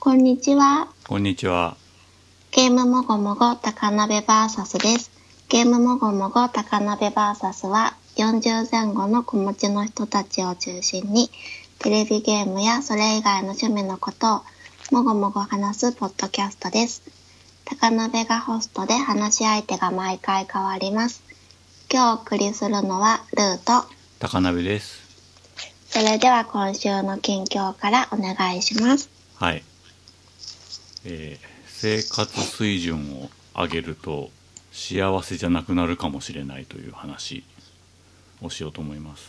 こんにちは。 こんにちは。 ゲームもごもご高鍋バーサスです。ゲームもごもご高鍋バーサスは40前後の子持ちの人たちを中心にテレビゲームやそれ以外の趣味のことをもごもご話すポッドキャストです。高鍋がホストで話し相手が毎回変わります。今日お送りするのはルーと高鍋です。 それでは今週の近況からお願いします。 はい。生活水準を上げると幸せじゃなくなるかもしれないという話をしようと思います。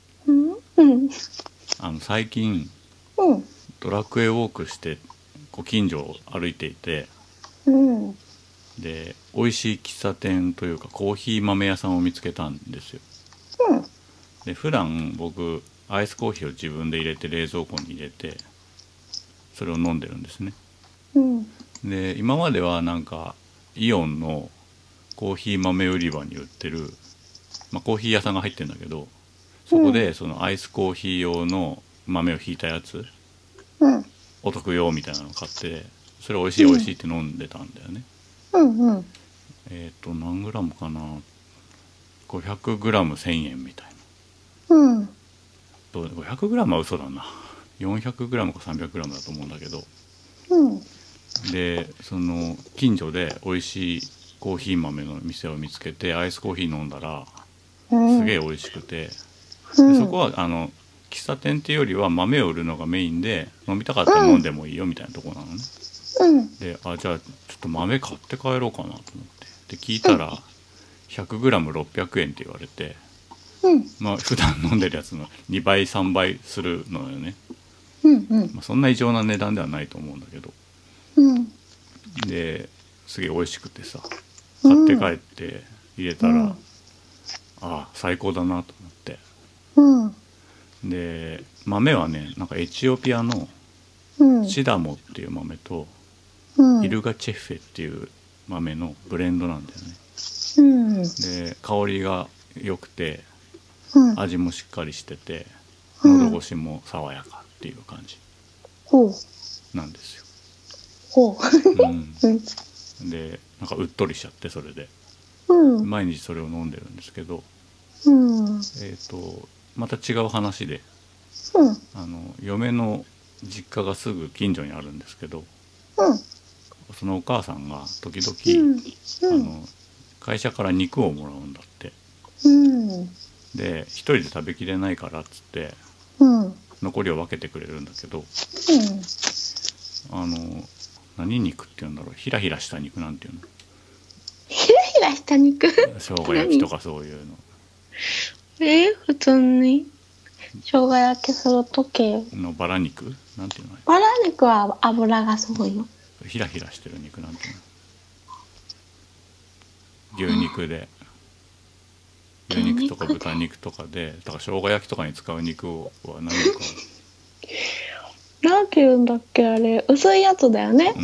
最近、ドラクエウォークしてご近所を歩いていて、で美味しい喫茶店というかコーヒー豆屋さんを見つけたんですよ。で普段僕アイスコーヒーを自分で入れて冷蔵庫に入れてそれを飲んでるんですね。で今まではなんかイオンのコーヒー豆売り場に売ってる、コーヒー屋さんが入ってるんだけど、そこでそのアイスコーヒー用の豆をひいたやつ、お得用みたいなのを買ってそれ美味しい美味しいって飲んでたんだよね。何グラムかな、500グラム1000円みたいな。500グラムは嘘だな、400グラムか300グラムだと思うんだけど、でその近所で美味しいコーヒー豆の店を見つけてアイスコーヒー飲んだらすげえ美味しくて、でそこは喫茶店っていうよりは豆を売るのがメインで飲みたかったら飲んでもいいよみたいなところなのね。でじゃあちょっと豆買って帰ろうかなと思ってで聞いたら 100g600 円って言われて、普段飲んでるやつの2倍3倍するのよね。そんな異常な値段ではないと思うんだけど、ですげえ美味しくてさ買って帰って入れたら、最高だなと思って、で豆はねなんかエチオピアのシダモっていう豆と、イルガチェッフェっていう豆のブレンドなんだよね。で香りが良くて、味もしっかりしてて、喉越しも爽やかっていう感じなんですよ。でなんかうっとりしちゃってそれで、毎日それを飲んでるんですけど、また違う話で、嫁の実家がすぐ近所にあるんですけど、そのお母さんが時々、会社から肉をもらうんだって。で一人で食べきれないからっつって、残りを分けてくれるんだけど、何肉っていうんだろう、ヒラヒラした肉なんていうの、 ヒラヒラした肉生姜焼きとかそういうの普通に生姜焼きするときのバラ肉なんていうの、 バラ肉は油がすごいよ。 ヒラヒラしてる肉なんていうの、牛肉で、牛肉とか豚肉とかで、だから生姜焼きとかに使う肉は何かなんて言うんだっけ、あれ薄いやつだよね。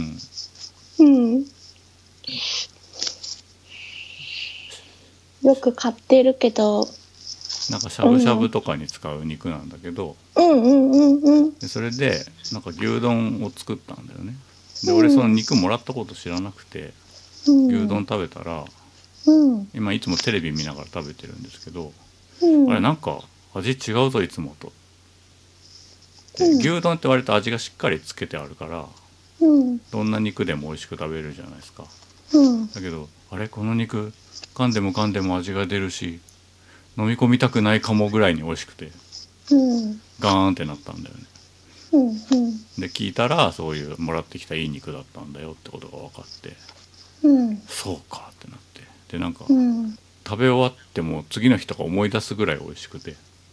よく買ってるけど、 なんかしゃぶしゃぶとかに使う肉なんだけど、でそれでなんか牛丼を作ったんだよね。で俺その肉もらったこと知らなくて、牛丼食べたら、今いつもテレビ見ながら食べてるんですけど、あれなんか味違うぞいつもと。で牛丼って割と味がしっかりつけてあるから、どんな肉でも美味しく食べれるじゃないですか。だけどあれこの肉噛んでも噛んでも味が出るし飲み込みたくないかもぐらいに美味しくて、ガーンってなったんだよね。で聞いたらそういうもらってきたいい肉だったんだよってことが分かって、そうかってなって、でなんか、食べ終わっても次の日とか思い出すぐらい美味しくて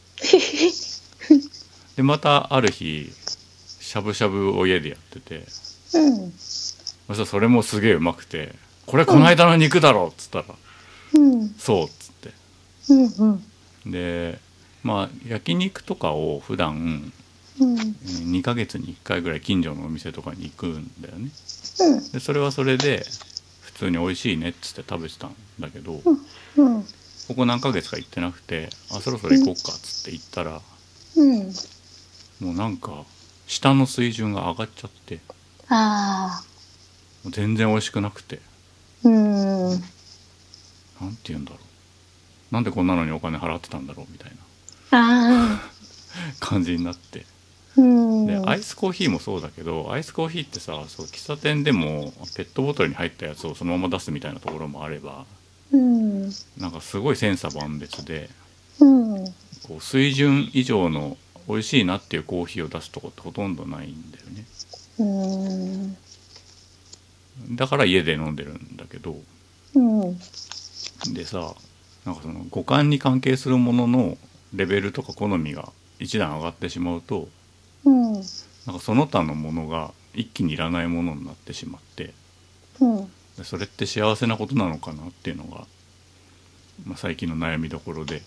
でまたある日しゃぶしゃぶを家でやってて、そしたらそれもすげえうまくて、これこの間の肉だろっつったら、そうっつって、で焼肉とかを普段、2ヶ月に1回ぐらい近所のお店とかに行くんだよね。でそれはそれで普通に美味しいねっつって食べてたんだけど、ここ何ヶ月か行ってなくて、そろそろ行こっかっつって行ったら、もうなんか舌の水準が上がっちゃって、 あ全然美味しくなくて、 なんて言うんだろう、なんでこんなのにお金払ってたんだろうみたいな感じになって、でアイスコーヒーもそうだけど、アイスコーヒーってさ、そう喫茶店でもペットボトルに入ったやつをそのまま出すみたいなところもあれば、なんかすごい千差万別で、こう水準以上の美味しいなっていうコーヒーを出すとこってほとんどないんだよね。だから家で飲んでるんだけど、でさ、なんかその五感に関係するもののレベルとか好みが一段上がってしまうと、なんかその他のものが一気にいらないものになってしまって、でそれって幸せなことなのかなっていうのが、最近の悩みどころで、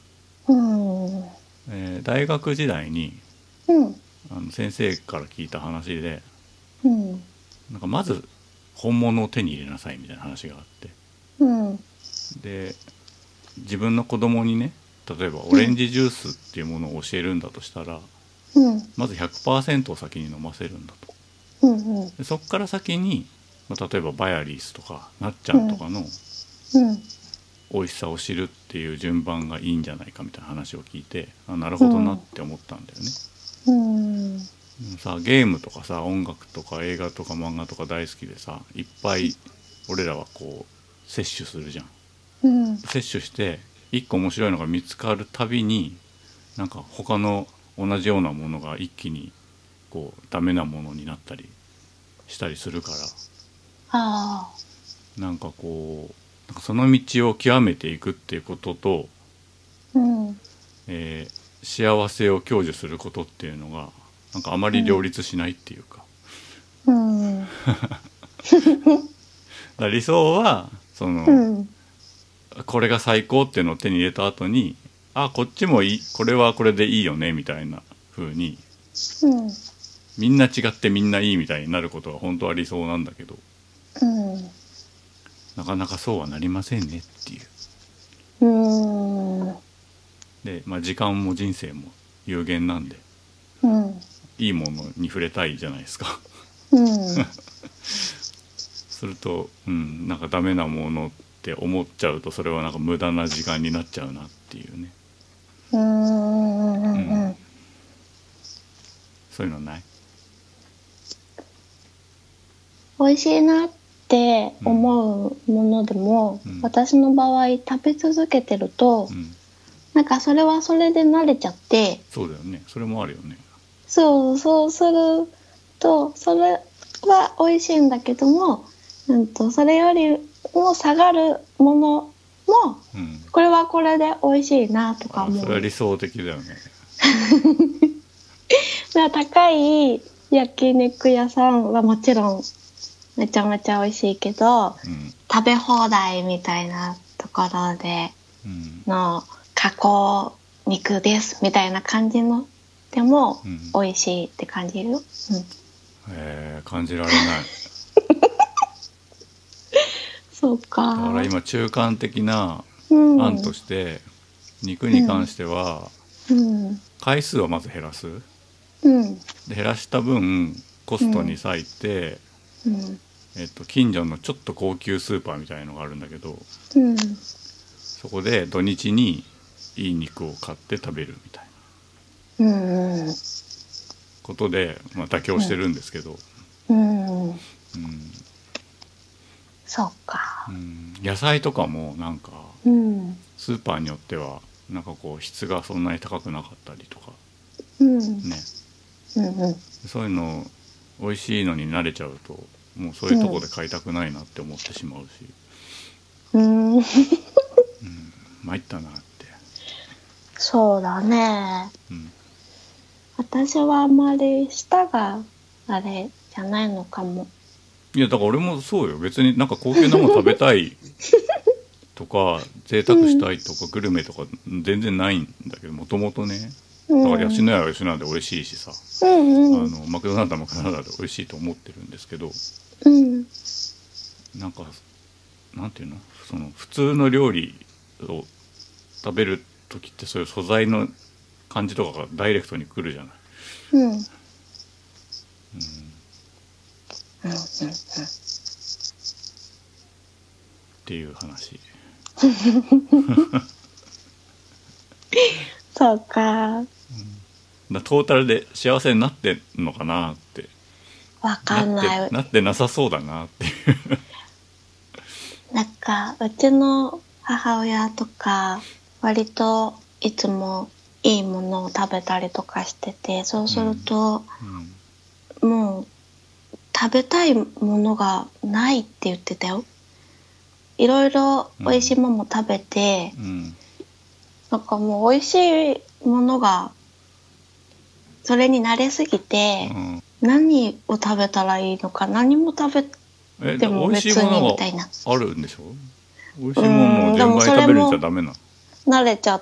大学時代に、先生から聞いた話で、なんかまず本物を手に入れなさいみたいな話があって、で自分の子供にね、例えばオレンジジュースっていうものを教えるんだとしたら、まず 100% を先に飲ませるんだと、でそっから先に、例えばバヤリースとかなっちゃんとかの美味しさを知るっていう順番がいいんじゃないかみたいな話を聞いて、なるほどなって思ったんだよね。でもさ、ゲームとかさ、音楽とか映画とか漫画とか大好きでさ、いっぱい俺らはこう摂取するじゃん。摂取して一個面白いのが見つかるたびに、なんか他の同じようなものが一気にこうダメなものになったりしたりするから、なんかこう、なんかその道を極めていくっていうことと、幸せを享受することっていうのがなんかあまり両立しないっていうか、だ理想はその、これが最高っていうのを手に入れた後に、こっちもいい、これはこれでいいよねみたいな風に、みんな違ってみんないいみたいになることが本当は理想なんだけど、なかなかそうはなりませんねっていう。で、時間も人生も有限なんで、いいものに触れたいじゃないですか。すると、なんかダメなものって思っちゃうと、それはなんか無駄な時間になっちゃうなっていうね。そういうのない？ 美味しいなって思うものでも、私の場合食べ続けてると、なんかそれはそれで慣れちゃって。 そうだよね。それもあるよね。 そうすると、それは美味しいんだけども、それよりも下がるものも、これはこれで美味しいなとか思う。 それは理想的だよね。 高い焼肉屋さんはもちろんめちゃめちゃ美味しいけど、食べ放題みたいなところでの加工肉ですみたいな感じのでも美味しいって感じるよ。 感じられない。 そうか。 だから今中間的な案として、肉に関しては、回数をまず減らす。で減らした分コストに割いて、近所のちょっと高級スーパーみたいのがあるんだけど、そこで土日にいい肉を買って食べるみたいなことで、妥協してるんですけど、 そうか。 野菜とかもなんか、スーパーによってはなんかこう質がそんなに高くなかったりとか、ね、そういうの美味しいのに慣れちゃうと、もうそういうとこで買いたくないなって思ってしまうし、参ったなって。 そうだね。私はあんまり舌があれじゃないのかも。 いやだから俺もそうよ。別になんか高級なもの食べたいとか贅沢したいとかグルメとか全然ないんだけど、もともとね。だから吉野家は吉野家で美味しいしさ、マクドナルドはマクドナルドで美味しいと思ってるんですけど、なんかなんていうの、その普通の料理を食べる時ってそういう素材の感じとかがダイレクトに来るじゃない。 っていう話。 そうか。 トータルで幸せになってんのかなって。 わかんない。 なってなさそうだなっていう。 なんかうちの母親とか割といつもいいものを食べたりとかしてて、そうすると、もう食べたいものがないって言ってたよ。いろいろ美味しいものも食べて、なんかもう美味しいものがそれに慣れすぎて、何を食べたらいいのか、何も食べても別にみたいな。 あるんでしょ。美味しいものを順番に食べるんじゃダメな。 慣れちゃって、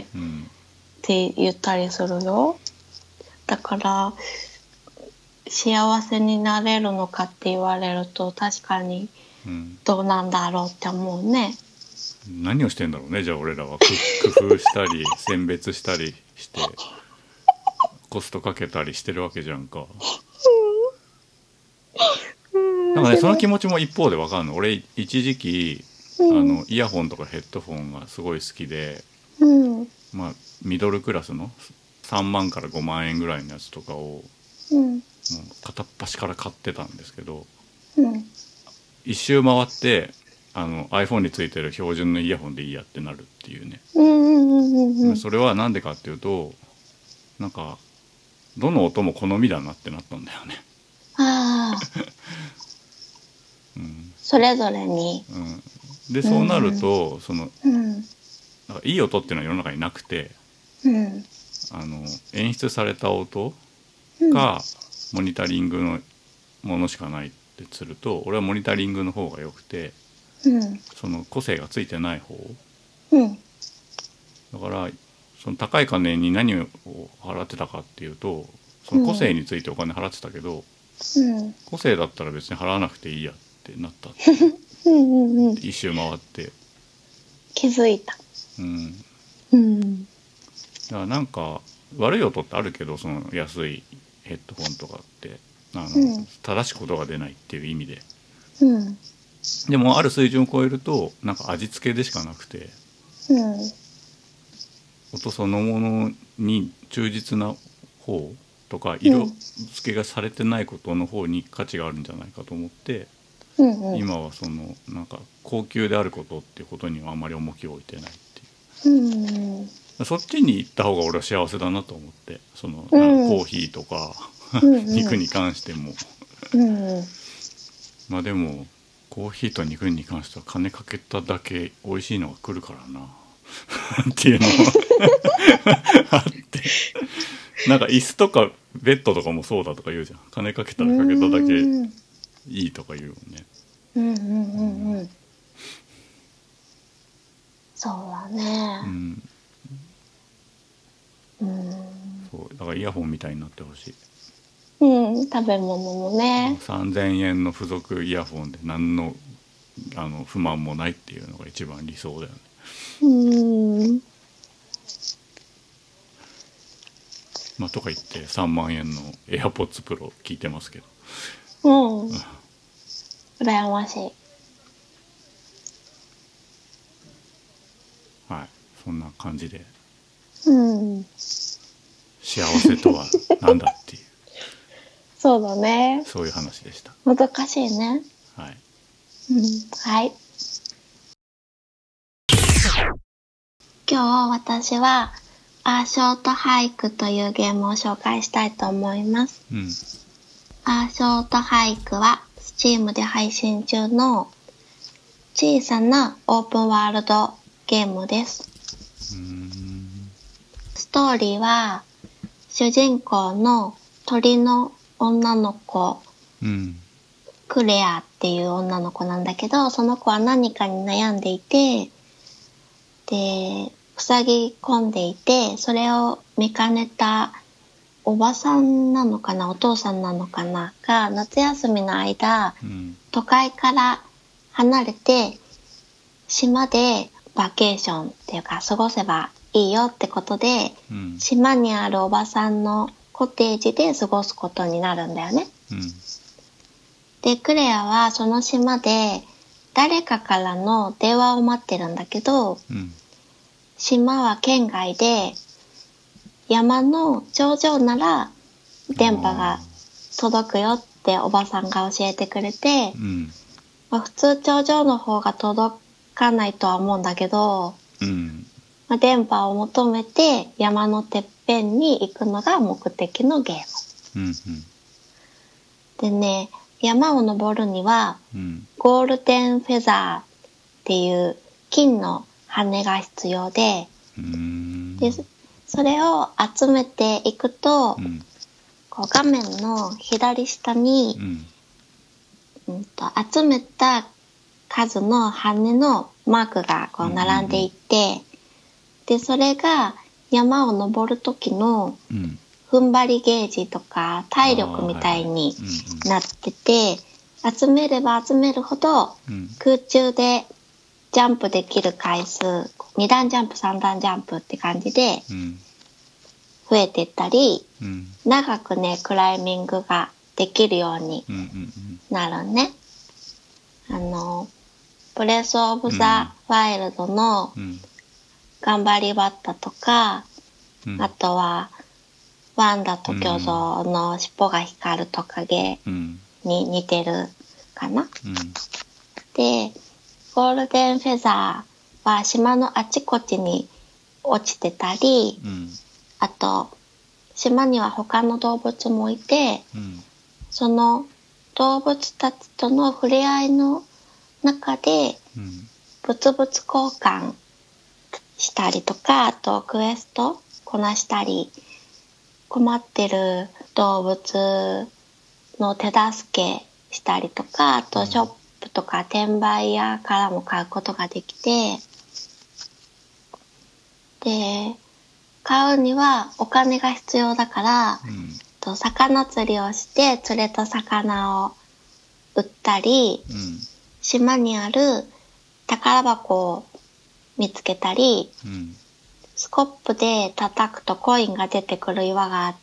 って言ったりするよ。だから幸せになれるのかって言われると確かにどうなんだろうって思うね。 何をしてんだろうね。じゃあ俺らは工夫したり選別したりしてコストかけたりしてるわけじゃんか。なんかね、その気持ちも一方で分かるの。俺一時期イヤホンとかヘッドフォンがすごい好きで、まあミドルクラスの3万から5万円ぐらいのやつとかを、もう片っ端から買ってたんですけど、一周回ってiPhone についてる標準のイヤホンでいいやってなるっていうね。それはなんでかっていうと、なんかどの音も好みだなってなったんだよね。 ああ、それぞれに。 でそうなると、なんかいい音っていうのは世の中になくて、演出された音がモニタリングのものしかないってすると、俺はモニタリングの方が良くて、その個性がついてない方、だからその高い金に何を払ってたかっていうと、その個性についてお金払ってたけど、個性だったら別に払わなくていいやってなったって一周回って気づいた。 だからなんか悪い音ってあるけど、その安いヘッドホンとかって正しく音が出ないっていう意味で、でもある水準を超えるとなんか味付けでしかなくて、音そのものに忠実な方とか色付けがされてないことの方に価値があるんじゃないかと思って、今はそのなんか高級であることっていうことにはあまり重きを置いてないっていう、そっちに行った方が俺は幸せだなと思って、そのコーヒーとか肉に関してもまあでもコーヒーと肉に関しては金かけただけ美味しいのが来るからなっていうのもあって、なんか椅子とかベッドとかもそうだとか言うじゃん。金かけたらかけただけいいとか言うよね。 そうだね。 そうだからイヤホンみたいになってほしい。 食べ物もね。 3000円の付属イヤホンで何の不満もないっていうのが一番理想だよね。まあとか言って3万円の AirPods Pro 聞いてますけど。 羨ましい。 はい、そんな感じで。幸せとはなんだっていう。 そうだね。 そういう話でした。 難しいね。 はい。 はい。今日私はアーショート俳句というゲームを紹介したいと思います。アーショート俳句は Steam で配信中の小さなオープンワールドゲームです。ストーリーは主人公の鳥の女の子、クレアっていう女の子なんだけど、その子は何かに悩んでいて、で塞ぎ込んでいて、それを見かねたおばさんなのかな、お父さんなのかなが夏休みの間、都会から離れて島でバケーションっていうか過ごせばいいよってことで、島にあるおばさんのコテージで過ごすことになるんだよね。 で、クレアはその島で誰かからの電話を待ってるんだけど、島は県外で山の頂上なら電波が届くよっておばさんが教えてくれて、普通頂上の方が届かないとは思うんだけど、電波を求めて山のてっぺんに行くのが目的のゲーム。でね、山を登るには、ゴールデンフェザーっていう金の羽が必要で、それを集めていくと、こう画面の左下に、集めた数の羽のマークがこう並んでいて、でそれが山を登る時の踏ん張りゲージとか体力みたいになってて、集めれば集めるほど空中でジャンプできる回数、2段ジャンプ3段ジャンプって感じで増えていったり、長くねクライミングができるようになるね。ブレスオブザワイルドの頑張りバッタとか、あとはワンダと巨像の尻尾が光るトカゲに似てるかな。で、ゴールデンフェザーは島のあちこちに落ちてたり、あと島には他の動物もいて、その動物たちとの触れ合いの中で物々交換したりとか、あとクエストこなしたり、困ってる動物の手助けしたりとか、あとショップとか転売屋からも買うことができて、で買うにはお金が必要だから、魚釣りをして釣れた魚を売ったり、島にある宝箱を見つけたり、スコップで叩くとコインが出てくる岩があって、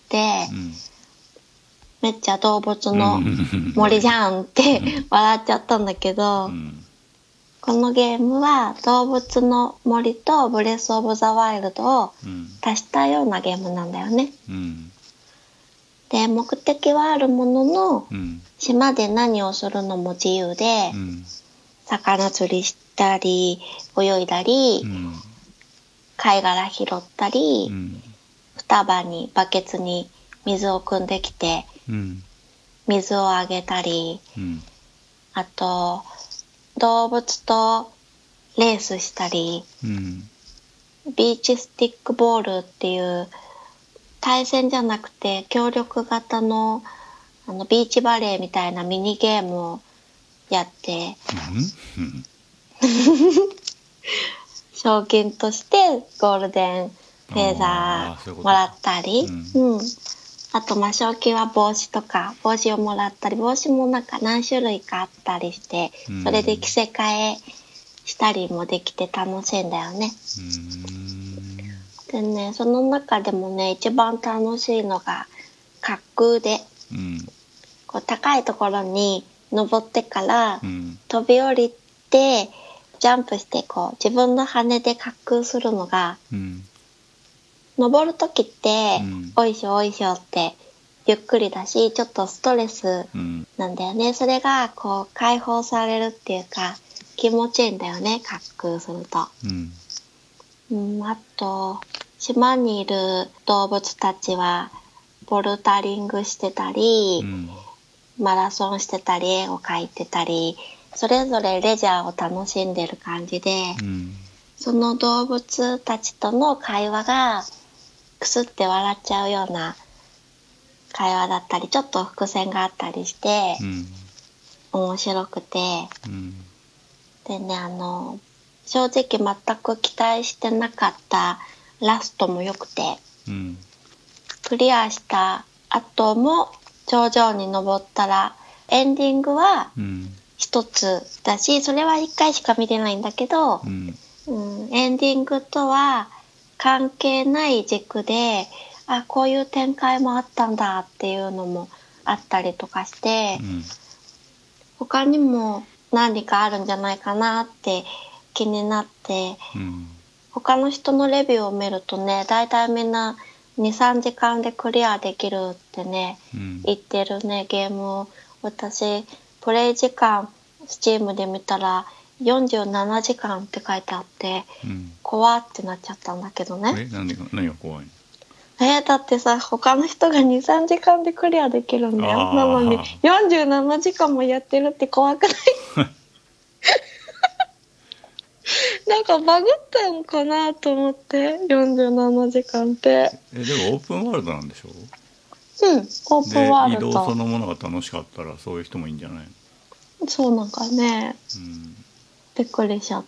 めっちゃ動物の森じゃんって笑っちゃったんだけど、このゲームは動物の森とブレスオブザワイルドを足したようなゲームなんだよね。で、目的はあるものの、島で何をするのも自由で、魚釣りしたり泳いだり、貝殻拾ったり、双葉にバケツに水を汲んできて、水をあげたり、あと動物とレースしたり、ビーチスティックボールっていう対戦じゃなくて協力型のビーチバレーみたいなミニゲームをやって賞金としてゴールデンフェザーもらったり、あと賞金は帽子とか帽子をもらったり、帽子もなんか何種類かあったりして、それで着せ替えしたりもできて楽しいんだよね。でね、その中でもね一番楽しいのが滑空で、こう高いところに登ってから、飛び降りてジャンプしてこう自分の羽で滑空するのが、登るときって、おいしょおいしょってゆっくりだしちょっとストレスなんだよね。それがこう解放されるっていうか気持ちいいんだよね、滑空すると。あと島にいる動物たちはボルダリングしてたり、マラソンしてたり絵を描いてたり、それぞれレジャーを楽しんでる感じで、その動物たちとの会話がくすって笑っちゃうような会話だったり、ちょっと伏線があったりして、面白くて、でね、正直全く期待してなかったラストも良くて、クリアした後も頂上に登ったらエンディングは一つだし、それは一回しか見てないんだけど、エンディングとは関係ない軸で、こういう展開もあったんだっていうのもあったりとかして、 他にも何かあるんじゃないかなって気になって、他の人のレビューを見るとね、だいたいみんな2、3時間でクリアできるってね、言ってるね、ゲームを。私、プレイ時間、Steam で見たら47時間って書いてあって、怖ってなっちゃったんだけどね。 何が怖いの？ だってさ、他の人が2、3時間でクリアできるんだよ。なのに47時間もやってるって怖くない？なんかバグったのかなと思って、47時間って。 でもオープンワールドなんでしょ？ オープンワールド。 で、移動そのものが楽しかったらそういう人もいいんじゃないの？ そうなんかね、びっくりしちゃった。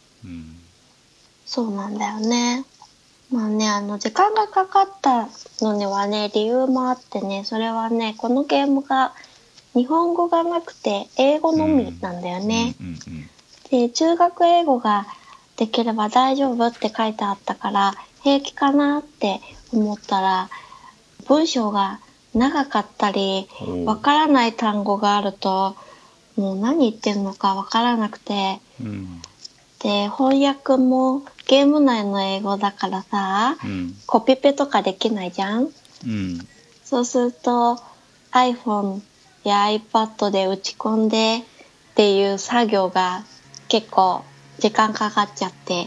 そうなんだよね。まあね、時間がかかったのにはね、理由もあってね、それはね、このゲームが日本語がなくて英語のみなんだよね。で、中学英語ができれば大丈夫って書いてあったから平気かなって思ったら、文章が長かったりわからない単語があるともう何言ってんのかわからなくて、で翻訳もゲーム内の英語だからさ、コピペとかできないじゃん、そうすると iPhone や iPad で打ち込んでっていう作業が結構時間かかっちゃって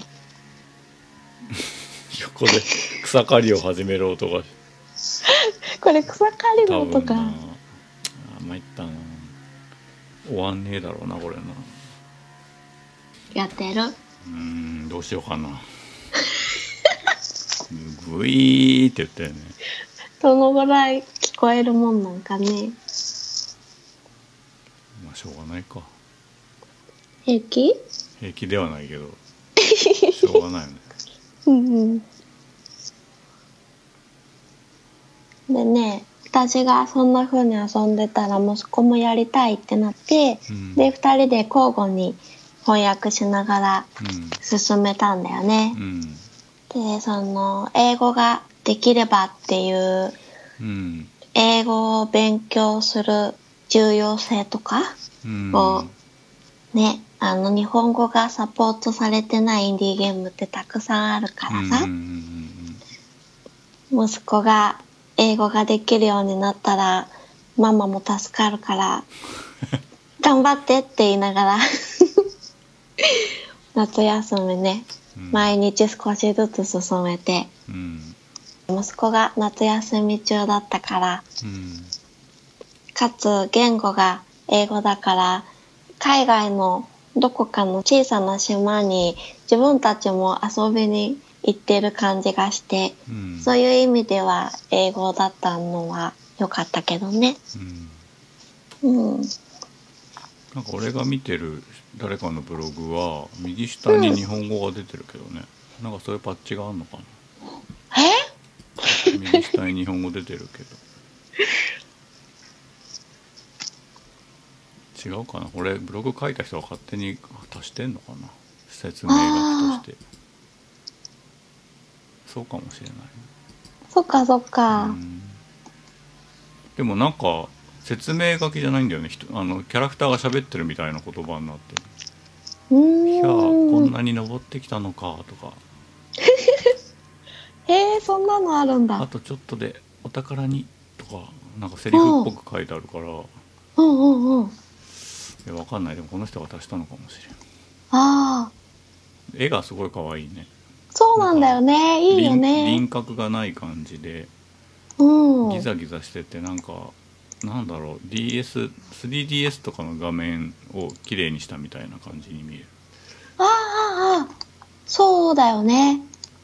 横で草刈りを始める音がこれ草刈りの音か。 参ったな。終わんねえだろうなこれな。 やってる？ どうしようかな。グイーって言ったよね。 どのぐらい聞こえるもんなんかね。 まあしょうがないか。 平気？ 平気ではないけどしょうがないよね。 でね、私がそんな風に遊んでたら息子もやりたいってなって、で2人で交互に翻訳しながら進めたんだよね。で、その英語ができればっていう、英語を勉強する重要性とかをね、日本語がサポートされてないインディーゲームってたくさんあるからさ、息子が英語ができるようになったらママも助かるから頑張ってって言いながら夏休みね、毎日少しずつ進めて、息子が夏休み中だったから、かつ言語が英語だから海外のどこかの小さな島に自分たちも遊びに行ってる感じがして、そういう意味では英語だったのは良かったけどね。 なんか俺が見てる誰かのブログは右下に日本語が出てるけどね、なんかそういうパッチがあるのかな。右下に日本語出てるけど違うかな。これブログ書いた人は勝手に足してんのかな、説明書きとして。そうかもしれない。 そっかそっか。 でもなんか説明書きじゃないんだよね。キャラクターが喋ってるみたいな言葉になってる。いやこんなに登ってきたのかとかそんなのあるんだ。 あとちょっとでお宝にとかなんかセリフっぽく書いてあるから、わかんない。でもこの人が足したのかもしれん。絵がすごい可愛いね。 そうなんだよね。いいよね。 輪郭がない感じで、ギザギザしてて、なんかなんだろう、 3DS とかの画面を綺麗にしたみたいな感じに見える。 そうだよね。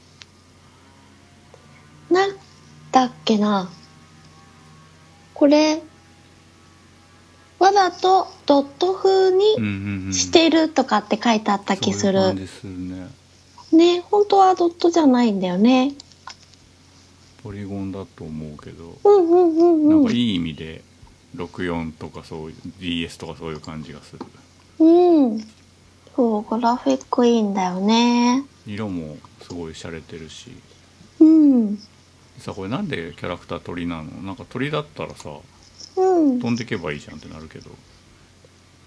なんだっけな、これわざとドット風にしてるとかって書いてあった気する。 そういう感じするね。 ね、本当はドットじゃないんだよね。 ポリゴンだと思うけど、なんかいい意味で64とかそういう DS とかそういう感じがする。 そう、グラフィックいいんだよね。 色もすごい洒落てるし。さ、これなんでキャラクター鳥なの？なんか鳥だったらさ、飛んでけばいいじゃんってなるけど。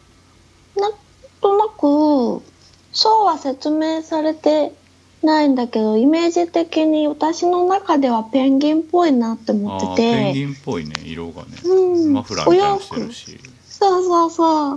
は説明されてないんだけど、イメージ的に私の中ではペンギンっぽいなって思ってて。 ペンギンっぽいね、色がね、マフラーみたいにしてるし。 そうそうそう。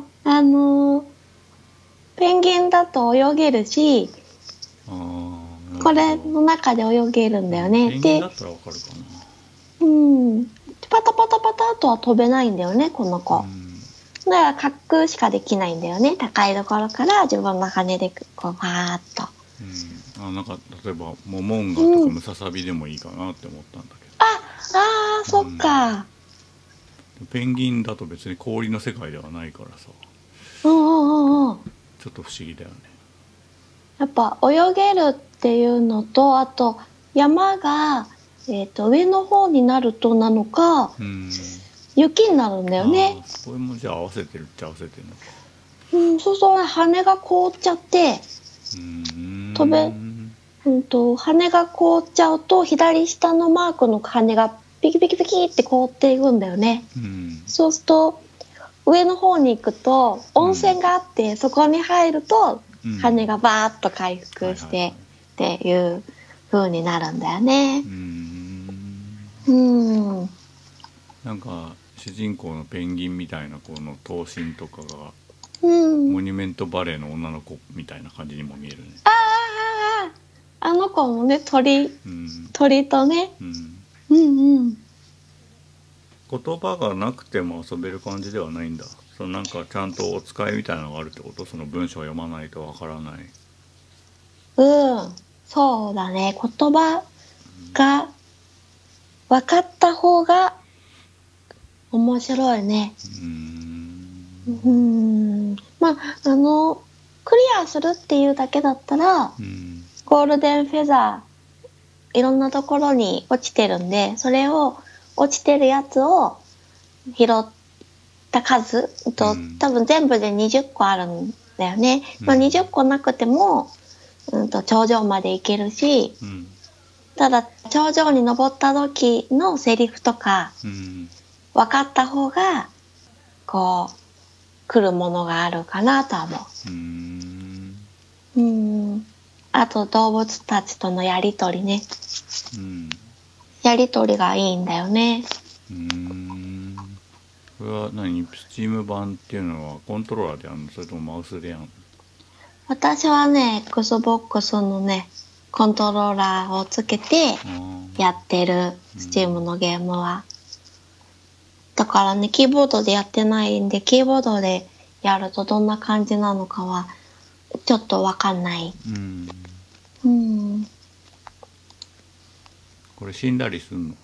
ペンギンだと泳げるし、これの中で泳げるんだよね。 ペンギンだったらわかるかな。パタパタパタとは飛べないんだよね、この子。だから滑空しかできないんだよね。高いところから自分の羽でこうファーっと。 なんか例えばモモンガとかムササビでもいいかなって思ったんだけど。 そっか。 ペンギンだと別に氷の世界ではないからさ。ちょっと不思議だよね。 やっぱ泳げるっていうのと、あと山が、上の方になるとなのか、雪になるんだよね。 これもじゃあ合わせてるっちゃ合わせてるのか。 そうそう、羽が凍っちゃって羽が凍っちゃうと左下のマークの羽がピキピキピキって凍っていくんだよね。そうすると上の方に行くと温泉があって、そこに入ると羽がバーッと回復してっていう風になるんだよね。 なんか主人公のペンギンみたいなこの頭身とかが、モニュメントバレーの女の子みたいな感じにも見えるね。 あの子もね、鳥とね、 言葉がなくても遊べる感じではないんだ。なんかちゃんとお使いみたいなのがあるってこと？その文章を読まないとわからない。 そうだね。言葉が分かった方が面白いね。クリアするっていうだけだったら、ゴールデンフェザーいろんなところに落ちてるんで、それを落ちてるやつを拾った数と、多分全部で20個あるんだよね。20個なくても、頂上まで行けるし、ただ頂上に登った時のセリフとか、分かった方がこう来るものがあるかなとは思う。あと動物たちとのやりとりね。やりとりがいいんだよね。 これは何？スチーム版っていうのはコントローラーでやるの？それともマウスでやるの？ 私はね、Xbox のね、コントローラーをつけてやってる、スチームのゲームは。だからね、キーボードでやってないんで、キーボードでやるとどんな感じなのかはちょっとわかんない。 これ死んだりすんの？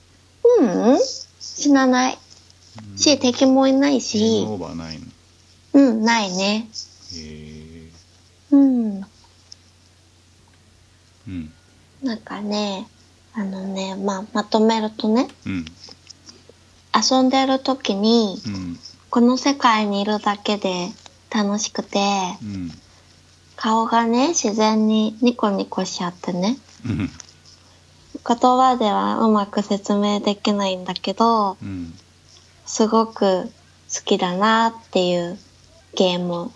死なない。敵もいないし。 ゲームオーバーないの？ ないね。なんかね、まとめるとね、遊んでる時に、この世界にいるだけで楽しくて、顔がね、自然にニコニコしちゃってね。言葉ではうまく説明できないんだけど、すごく好きだなっていうゲーム。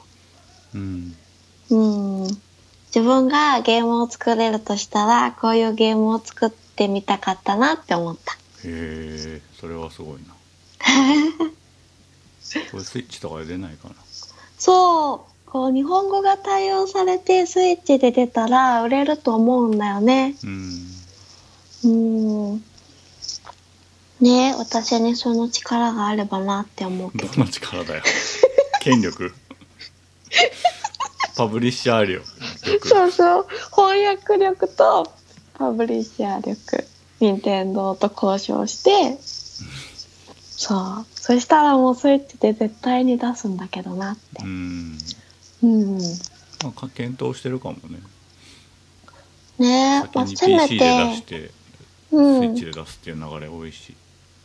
自分がゲームを作れるとしたら、こういうゲームを作ってみたかったなって思った。 へえ、それはすごいな。これスイッチとかで出ないかな？ そう、こう日本語が対応されてスイッチで出たら売れると思うんだよね。ねえ、私にその力があればなって思うけど。 どの力だよ。権力？パブリッシャー力。 そうそう、翻訳力とパブリッシャー力、任天堂と交渉して、そしたらもうスイッチで絶対に出すんだけどなって。 検討してるかもね。 ねえ、 先に PC で出して、スイッチで出すっていう流れ多いし。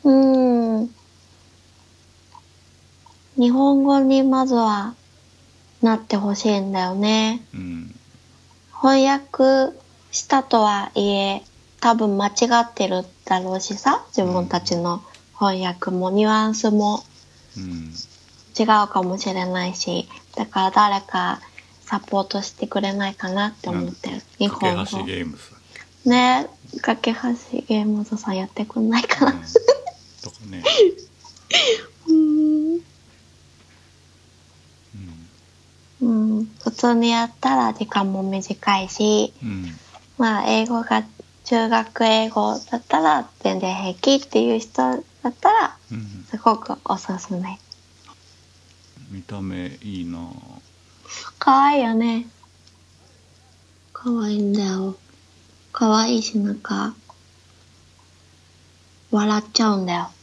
日本語にまずはなってほしいんだよね。翻訳したとはいえ、多分間違ってるだろうしさ、自分たちの翻訳もニュアンスも違うかもしれないし、だから誰かサポートしてくれないかなって思ってる。日本語。 架け橋ゲームズね、架け橋ゲームズさんやってくんないかな、 とかね。 普通にやったら時間も短いし、まあ英語が中学英語だったら全然平気っていう人だったらすごくおすすめ。 見た目いいな。 かわいいよね。かわいいんだよ。かわいいし、なんか笑っちゃうんだよ。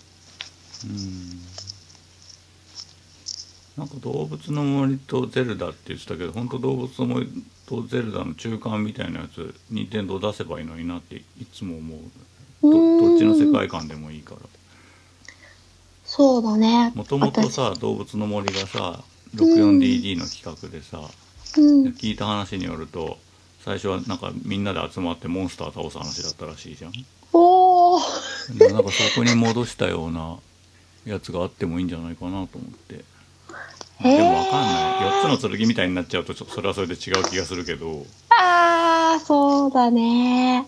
なんか動物の森とゼルダって言ってたけど、本当動物の森とゼルダの中間みたいなやつ任天堂出せばいいのになっていつも思う。どっちの世界観でもいいから。 そうだね。 もともとさ、動物の森がさ 64DD の企画でさ、聞いた話によると最初はなんかみんなで集まってモンスター倒す話だったらしいじゃん。 おでなんかそこに戻したようなやつがあってもいいんじゃないかなと思って。でもわかんない。4つの剣みたいになっちゃうとちょっとそれはそれで違う気がするけど。 そうだね。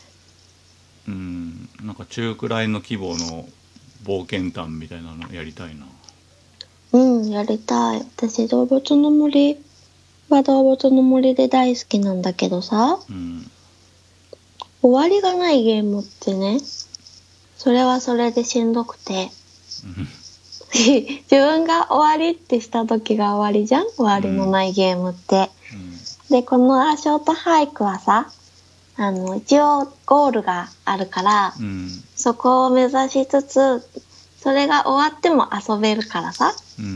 なんか中くらいの規模の冒険譚みたいなのやりたいな。 やりたい。私動物の森は動物の森で大好きなんだけどさ、終わりがないゲームってね、それはそれでしんどくて自分が終わりってした時が終わりじゃん、終わりのないゲームって、でこのショートハイクはさ、一応ゴールがあるから、そこを目指しつつそれが終わっても遊べるからさ、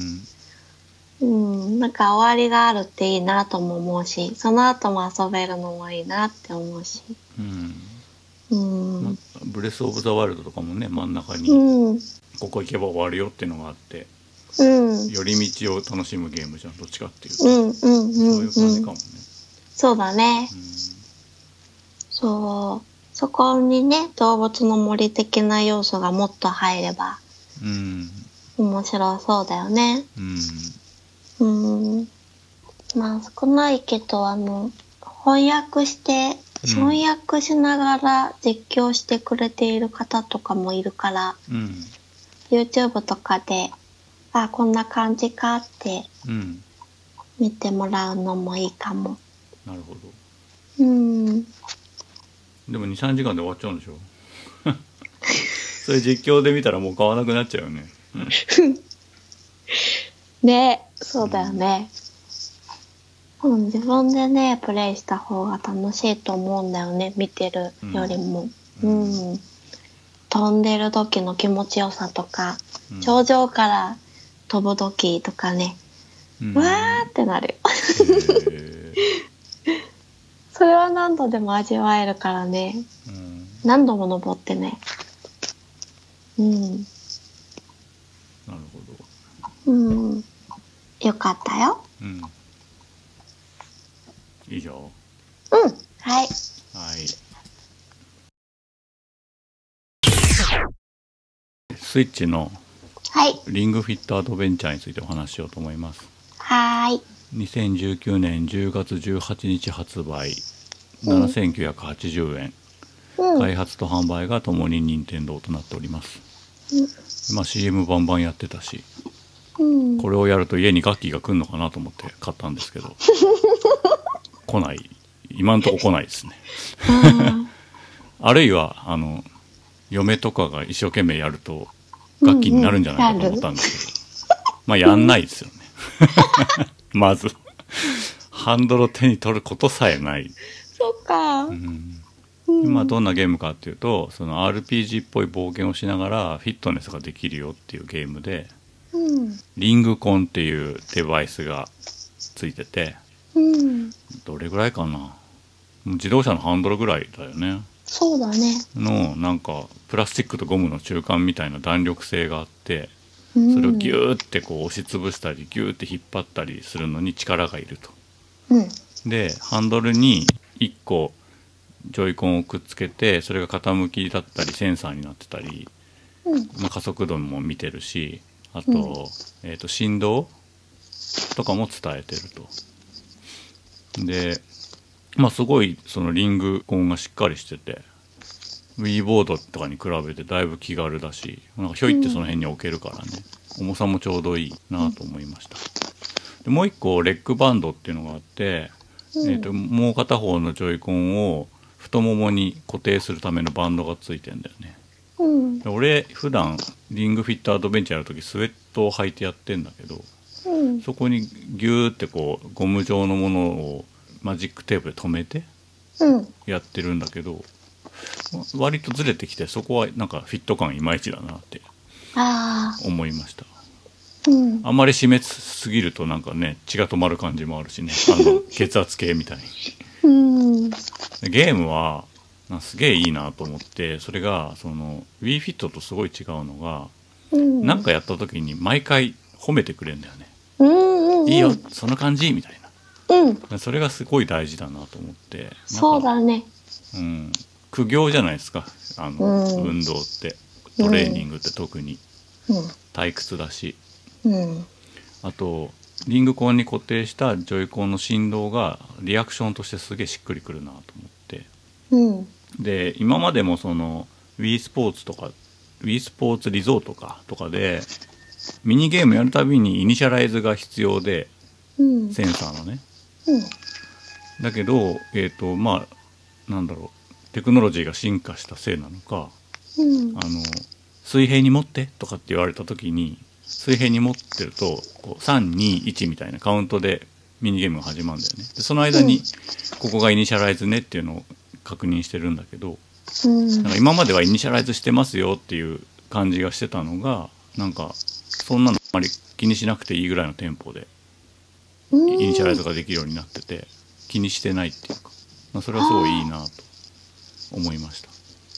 なんか終わりがあるっていいなとも思うし、その後も遊べるのもいいなって思うし、 ブレス・オブ・ザ・ワイルドとかもね、真ん中に、ここ行けば終わるよっていうのがあって、寄り道を楽しむゲームじゃん、どっちかっていうと、そういう感じかもね。 そうだね。そこにね、動物の森的な要素がもっと入れば面白そうだよね。まあ少ないけど翻訳しながら実況してくれている方とかもいるから、YouTube とかでこんな感じかって見てもらうのもいいかも。 なるほど。でも 2,3 時間で終わっちゃうんでしょそれ実況で見たらもう買わなくなっちゃうよね。 ね、そうだよね。自分でねプレイした方が楽しいと思うんだよね、見てるよりも。飛んでる時の気持ちよさとか、頂上から飛ぶ時とかね、わーってなるよそれは何度でも味わえるからね、何度も登ってね。なるほど。よかったよ。 以上。 はい。 スイッチのリングフィットアドベンチャーについてお話ししようと思います。2019年10月18日発売、7980円、開発と販売がともに任天堂となっております。CM バンバンやってたし、これをやると家にガッキーが来るのかなと思って買ったんですけど来ない、今んとこ来ないですねあるいは嫁とかが一生懸命やるとガッキーになるんじゃないかと思ったんですけど、やんないですよねまずハンドルを手に取ることさえない。 そうか。 どんなゲームかっていうと、その RPG っぽい冒険をしながらフィットネスができるよっていうゲームで、リングコンっていうデバイスがついてて、どれぐらいかな、自動車のハンドルぐらいだよね。 そうだね。 のなんかプラスチックとゴムの中間みたいな弾力性があって、それをギューってこう押しつぶしたりギューって引っ張ったりするのに力がいると。でハンドルに1個ジョイコンをくっつけて、それが傾きだったりセンサーになってたり、加速度も見てるし、あと、振動とかも伝えてると。 で、まあすごいそのリングコンがしっかりしてて、Wii ボードとかに比べてだいぶ気軽だし、なんかひょいってその辺に置けるからね、重さもちょうどいいなと思いました。でもう一個レッグバンドっていうのがあって、もう片方のジョイコンを太ももに固定するためのバンドがついてんだよね。で俺普段リングフィットアドベンチャーやるときスウェットを履いてやってんだけど、そこにギューってこうゴム状のものをマジックテープで留めてやってるんだけど、割とずれてきて、そこはなんかフィット感いまいちだなって思いました。あんまり締めすぎるとなんかね、血が止まる感じもあるしね、血圧計みたいに。ゲームはすげえいいなと思って、それがその Wii フィットとすごい違うのが、なんかやった時に毎回褒めてくれるんだよね。いいよその感じみたいな。それがすごい大事だなと思って。 そうだね。 苦行じゃないですか、運動ってトレーニングって特に退屈だし、あとリングコンに固定したジョイコンの振動がリアクションとしてすげえしっくりくるなと思って、で今までもその Wii スポーツとか Wii スポーツリゾートとかでミニゲームやるたびにイニシャライズが必要で、センサーのね、だけどまあなんだろう、テクノロジーが進化したせいなのか、水平に持ってとかって言われた時に、水平に持ってるとこう321みたいなカウントでミニゲームが始まるんだよね。でその間にここがイニシャライズねっていうのを確認してるんだけど、なんか今まではイニシャライズしてますよっていう感じがしてたのが、なんかそんなのあまり気にしなくていいぐらいのテンポでイニシャライズができるようになってて、気にしてないっていうか、それはすごいいいなと思いました。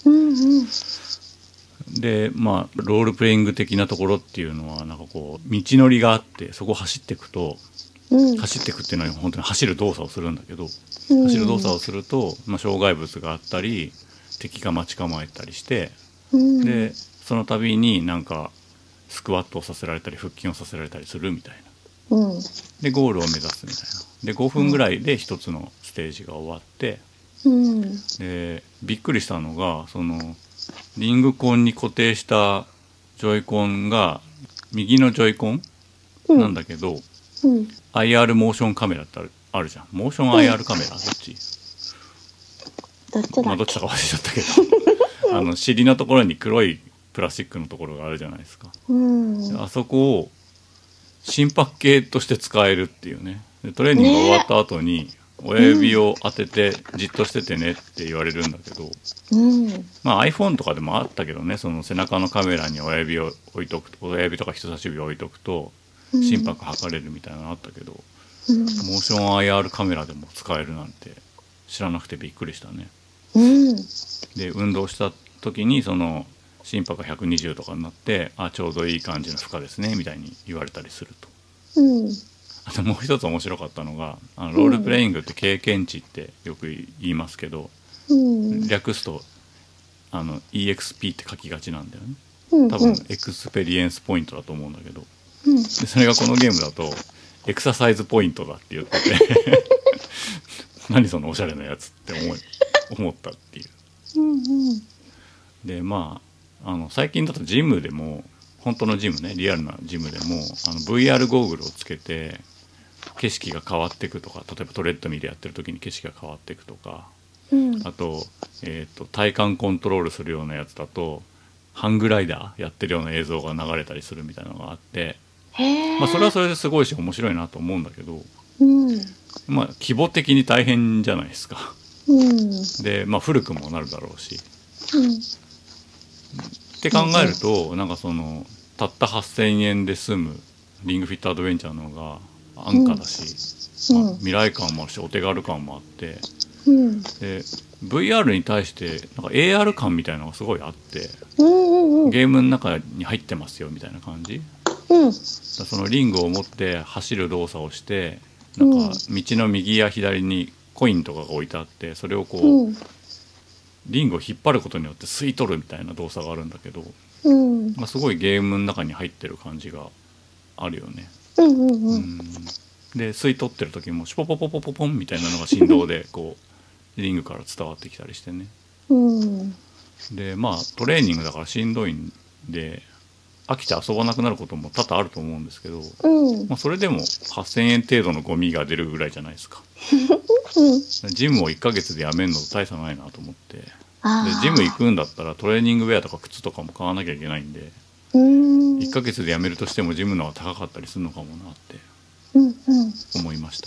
でまあロールプレイング的なところっていうのは、なんかこう道のりがあって、そこを走っていくと、走っていくっていうのは本当に走る動作をするんだけど、走る動作をすると、障害物があったり敵が待ち構えたりして、でその度になんかスクワットをさせられたり腹筋をさせられたりするみたいな、でゴールを目指すみたいな。で5分ぐらいで一つのステージが終わって、でびっくりしたのが、そのリングコンに固定したジョイコンが右のジョイコンなんだけど、IR モーションカメラってあるじゃん。モーション IR カメラ、どっちどっちだっけ、 どっちだか忘れちゃったけど尻のところに黒いプラスチックのところがあるじゃないですか。あそこを心拍計として使えるっていうね。でトレーニングが終わった後に親指を当ててじっとしててねって言われるんだけど、iPhone とかでもあったけどね、その背中のカメラに親指を置いとくと、親指とか人差し指を置いとくと心拍測れるみたいなのあったけど、モーション IR カメラでも使えるなんて知らなくてびっくりしたね。で運動した時にその心拍が120とかになって、ちょうどいい感じの負荷ですねみたいに言われたりすると。あともう一つ面白かったのが、ロールプレイングって経験値ってよく言いますけど、略すとEXP って書きがちなんだよね。多分エクスペリエンスポイントだと思うんだけど、でそれがこのゲームだとエクササイズポイントだって言ってて何そのおしゃれなやつって思ったっていう。で最近だとジムでも、本当のジムね、リアルなジムでもVR ゴーグルをつけて景色が変わっていくとか、例えばトレッドミルやってる時に景色が変わっていくとか、あと、体幹コントロールするようなやつだとハングライダーやってるような映像が流れたりするみたいなのがあって、それはそれですごいし面白いなと思うんだけど、規模的に大変じゃないですか。で古くもなるだろうし、って考えると、なんかそのたった8,000円で済むリングフィットアドベンチャーの方が安価だし、未来感もあるしお手軽感もあって、で VR に対してなんか AR 感みたいなのがすごいあって、ゲームの中に入ってますよみたいな感じ、そのリングを持って走る動作をして、なんか道の右や左にコインとかが置いてあって、それをこう、リングを引っ張ることによって吸い取るみたいな動作があるんだけど、すごいゲームの中に入ってる感じがあるよね。 で吸い取ってる時もシュポポポポポポンみたいなのが振動でこうリングから伝わってきたりしてね、でまあトレーニングだからしんどいんで飽きて遊ばなくなることも多々あると思うんですけど、まあ、それでも8,000円程度のゴミが出るぐらいじゃないですかジムを1ヶ月でやめるのと大差ないなと思って、でジム行くんだったらトレーニングウェアとか靴とかも買わなきゃいけないんで、1ヶ月でやめるとしてもジムの方が高かったりするのかもなって思いました。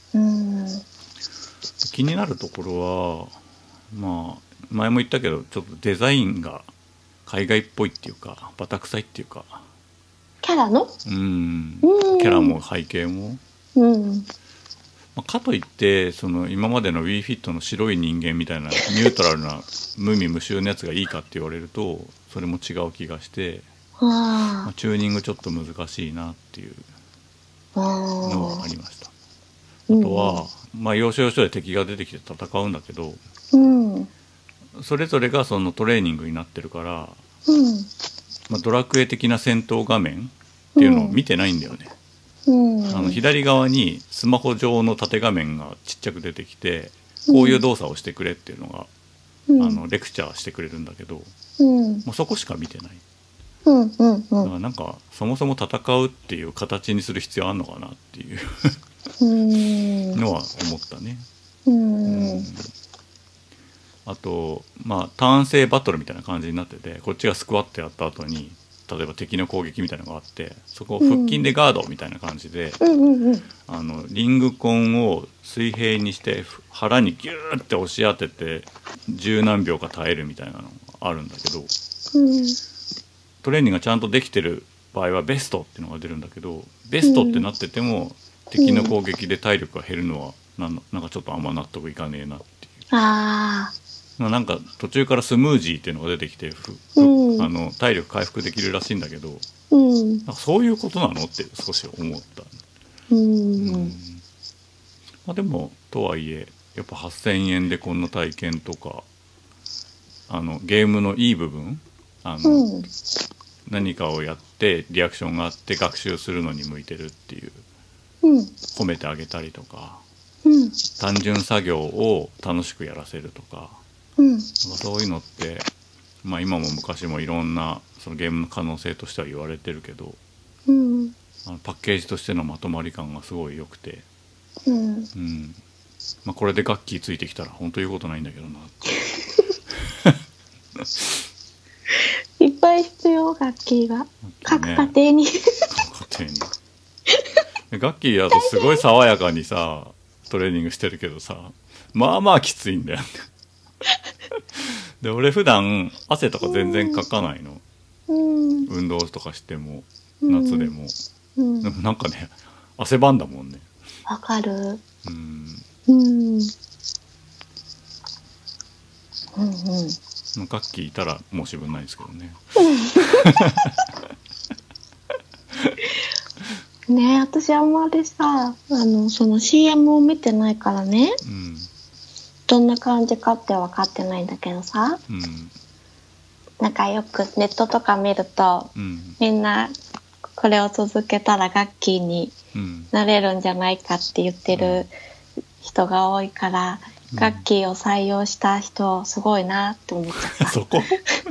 気になるところはまあ前も言ったけどちょっとデザインが海外っぽいっていうかバタ臭いっていうか、 キャラのキャラも背景も、まあ、かといってその今までの WeFit の白い人間みたいなニュートラルな無味無臭のやつがいいかって言われるとそれも違う気がして、まあ、チューニングちょっと難しいなっていうのはありました。あとは、まあ、要所要所で敵が出てきて戦うんだけど、それぞれがそのトレーニングになってるから、まあ、ドラクエ的な戦闘画面っていうのを見てないんだよね。左側にスマホ上の縦画面がちっちゃく出てきて、こういう動作をしてくれっていうのが、レクチャーしてくれるんだけど、もうそこしか見てない。だからなんかそもそも戦うっていう形にする必要あんのかなっていうのは思ったね。あとまあターン制バトルみたいな感じになってて、こっちがスクワットやった後に例えば敵の攻撃みたいなのがあって、そこを腹筋でガードみたいな感じで、リングコンを水平にして腹にギューって押し当てて十何秒か耐えるみたいなのがあるんだけど、トレーニングがちゃんとできてる場合はベストっていうのが出るんだけど、ベストってなってても、敵の攻撃で体力が減るのはなんかちょっとあんま納得いかねえなっていう。なんか途中からスムージーっていうのが出てきて体力回復できるらしいんだけど、なんかそういうことなのって少し思った。まあ、でもとはいえやっぱ8,000円でこんな体験とかゲームのいい部分何かをやってリアクションがあって学習するのに向いてるっていう、褒めてあげたりとか、単純作業を楽しくやらせるとか、そういうのって、まあ、今も昔もいろんなそのゲームの可能性としては言われてるけど、パッケージとしてのまとまり感がすごい良くて、まあ、これで楽器ついてきたら本当言うことないんだけどないっぱい必要楽器が、各家庭に楽器だとすごい爽やかにさトレーニングしてるけどさ、まあまあきついんだよねで俺普段汗とか全然かかないの、運動とかしても夏でも、でもなんかね汗ばんだもんね。 わかる。 楽器いたら申し分ないですけどねねえ、私あんまりさその CM を見てないからね、どんな感じかって分かってないんだけどさ、なんかよくネットとか見ると、みんなこれを続けたらガッキーになれるんじゃないかって言ってる人が多いから、ガッキーを採用した人すごいなって思っちゃったそこ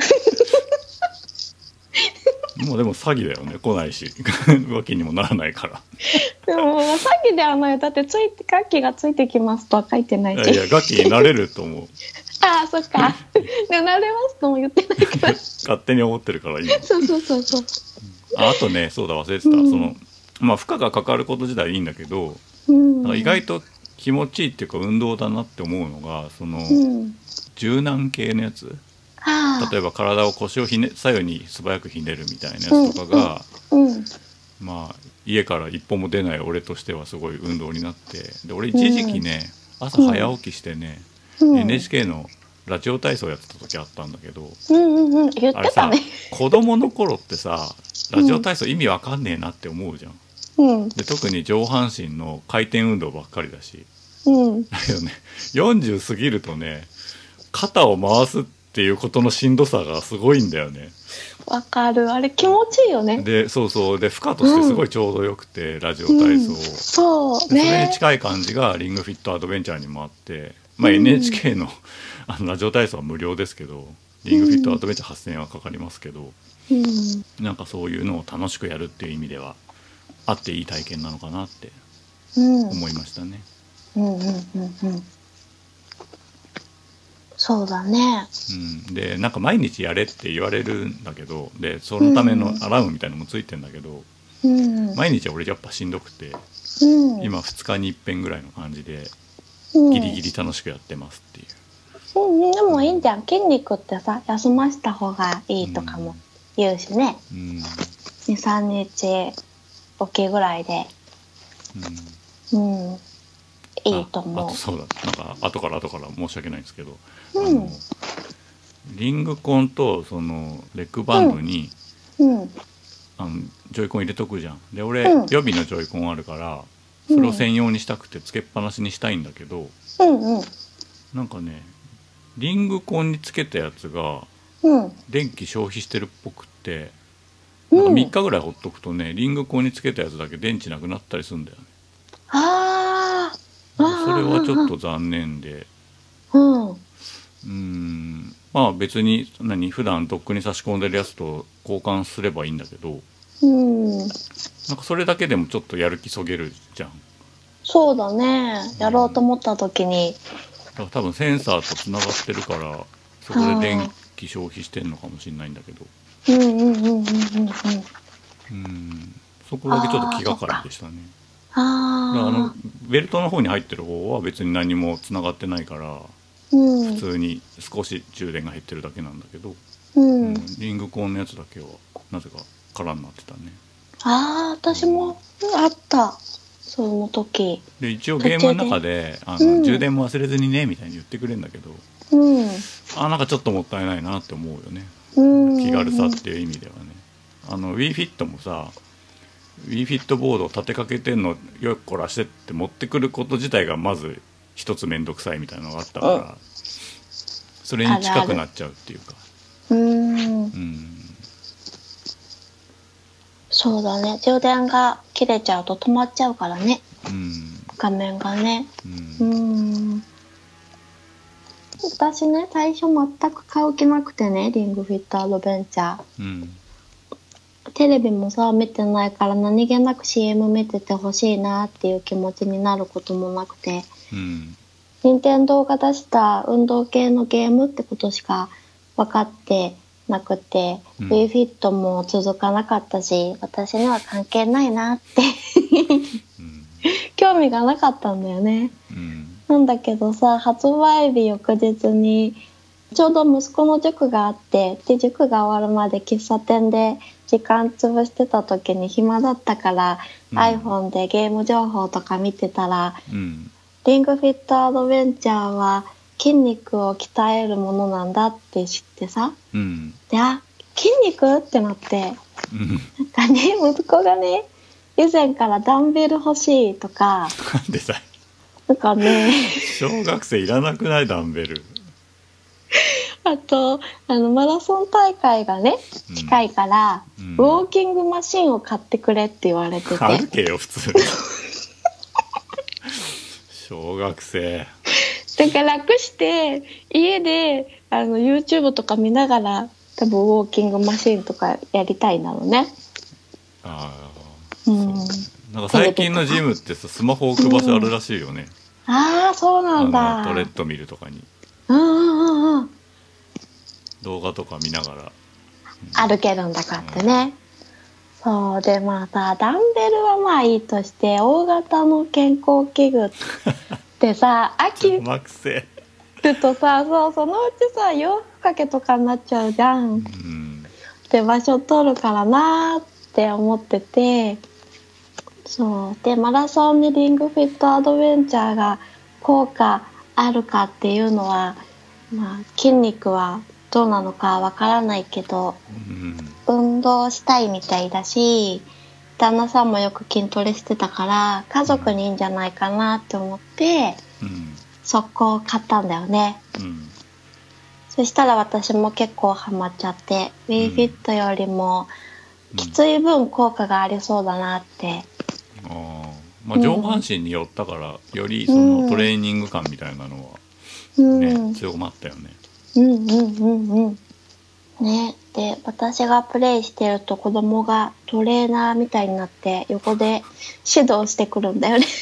もうでも詐欺だよね、来ないしわけにもならないからでも詐欺ではない。だってガッキーがついてきますとは書いてないし。 いやガッキーになれると思うああそっかでなれますとも言ってないから勝手に思ってるから今そうあとね、そうだ忘れてた、そのまあ負荷がかかること自体いいんだけど、なんか意外と気持ちいいっていうか運動だなって思うのがその、柔軟系のやつ、例えば体を腰を左右に素早くひねるみたいなやつとかが、まあ家から一歩も出ない俺としてはすごい運動になって、で俺一時期ね、朝早起きしてね、NHK のラジオ体操やってた時あったんだけど、 言ってたね、 あれさ子供の頃ってさラジオ体操意味わかんねえなって思うじゃん、で特に上半身の回転運動ばっかりだし、だけどね40過ぎるとね肩を回すっっていうことのしんどさがすごいんだよね。 わかる。あれ気持ちいいよね。 でそうそうで負荷としてすごいちょうどよくて、ラジオ体操、 そうね、 それに近い感じがリングフィットアドベンチャーにもあって、NHK の、ラジオ体操は無料ですけど、リングフィットアドベンチャー8000円はかかりますけど、なんかそういうのを楽しくやるっていう意味ではあっていい体験なのかなって思いましたね。 そうだね、 でなんか毎日やれって言われるんだけど、でそのためのアラームみたいなのもついてんだけど、毎日は俺やっぱしんどくて、今2日に一遍ぐらいの感じでギリギリ楽しくやってますっていう、 でもいいんじゃん。筋肉ってさ、休ませた方がいいとかも言うしね、2、3日おきぐらいでいいと思う。 あとそうだ、なんか後から申し訳ないんですけど、リングコンとそのレッグバンドに、ジョイコン入れとくじゃん。で俺、予備のジョイコンあるからそれを専用にしたくてつけっぱなしにしたいんだけど、なんかねリングコンにつけたやつが電気消費してるっぽくって、なんか3日ぐらいほっとくとね、リングコンにつけたやつだけ電池なくなったりするんだよね。それはちょっと残念で、まあ別に普段ドックに差し込んでるやつと交換すればいいんだけど、なんかそれだけでもちょっとやる気そげるじゃん。 そうだね、やろうと思った時に、 だから多分センサーとつながってるからそこで電気消費してんのかもしれないんだけど、そこだけちょっと気がかりでしたね。ベルトの方に入ってる方は別に何もつながってないから、普通に少し充電が減ってるだけなんだけど、リングコンのやつだけはなぜか空になってたね。 私もあった、その時で一応ゲームの中で充電も忘れずにねみたいに言ってくれるんだけど、なんかちょっともったいないなって思うよね、気軽さっていう意味ではね。WeFit もさ、WeFit ボードを立てかけてんのよっこらしてって持ってくること自体がまず一つ面倒くさいみたいなのがあったから、それに近くなっちゃうっていうか。 そうだね、充電が切れちゃうと止まっちゃうからね、画面がね。私ね、最初全く買う気なくてね、リングフィットアドベンチャー、テレビもさ見てないから何気なく CM 見ててほしいなっていう気持ちになることもなくて、任天堂が出した運動系のゲームってことしか分かってなくて、WeFit も続かなかったし、私には関係ないなって興味がなかったんだよね。なんだけどさ、発売日翌日にちょうど息子の塾があって、で塾が終わるまで喫茶店で時間潰してた時に暇だったから、iPhone でゲーム情報とか見てたら、リングフィットアドベンチャーは筋肉を鍛えるものなんだって知ってさ、で筋肉ってなって、なんかね、息子がね以前からダンベル欲しいとかなんでさ、 なんかね小学生いらなくないダンベル。 あとマラソン大会がね近いから、ウォーキングマシンを買ってくれって言われてて、 歩けよ普通小学生だから楽して家でYouTube とか見ながら多分ウォーキングマシンとかやりたいなのね。 なんか最近のジムってさ、スマホ置く場所あるらしいよね。 そうなんだ。 トレッドミルとかに動画とか見ながら、 歩けるんだかってね。そうで、まあさ、ダンベルはまあいいとして、大型の健康器具ってさ飽きるとさ、そのうちさ洋服かけとかになっちゃうじゃん、で場所取るからなーって思ってて、そうでマラソンにリングフィットアドベンチャーが効果あるかっていうのは、まあ筋肉はどうなのかわからないけど、運動したいみたいだし、旦那さんもよく筋トレしてたから家族にいいんじゃないかなって思って、速攻買ったんだよね。 そしたら私も結構ハマっちゃって、WeFit よりもきつい分効果がありそうだなって。 まあ、上半身に寄ったから、よりそのトレーニング感みたいなのはね、強まったよね。 ね、で私がプレイしてると子供がトレーナーみたいになって横で指導してくるんだよね。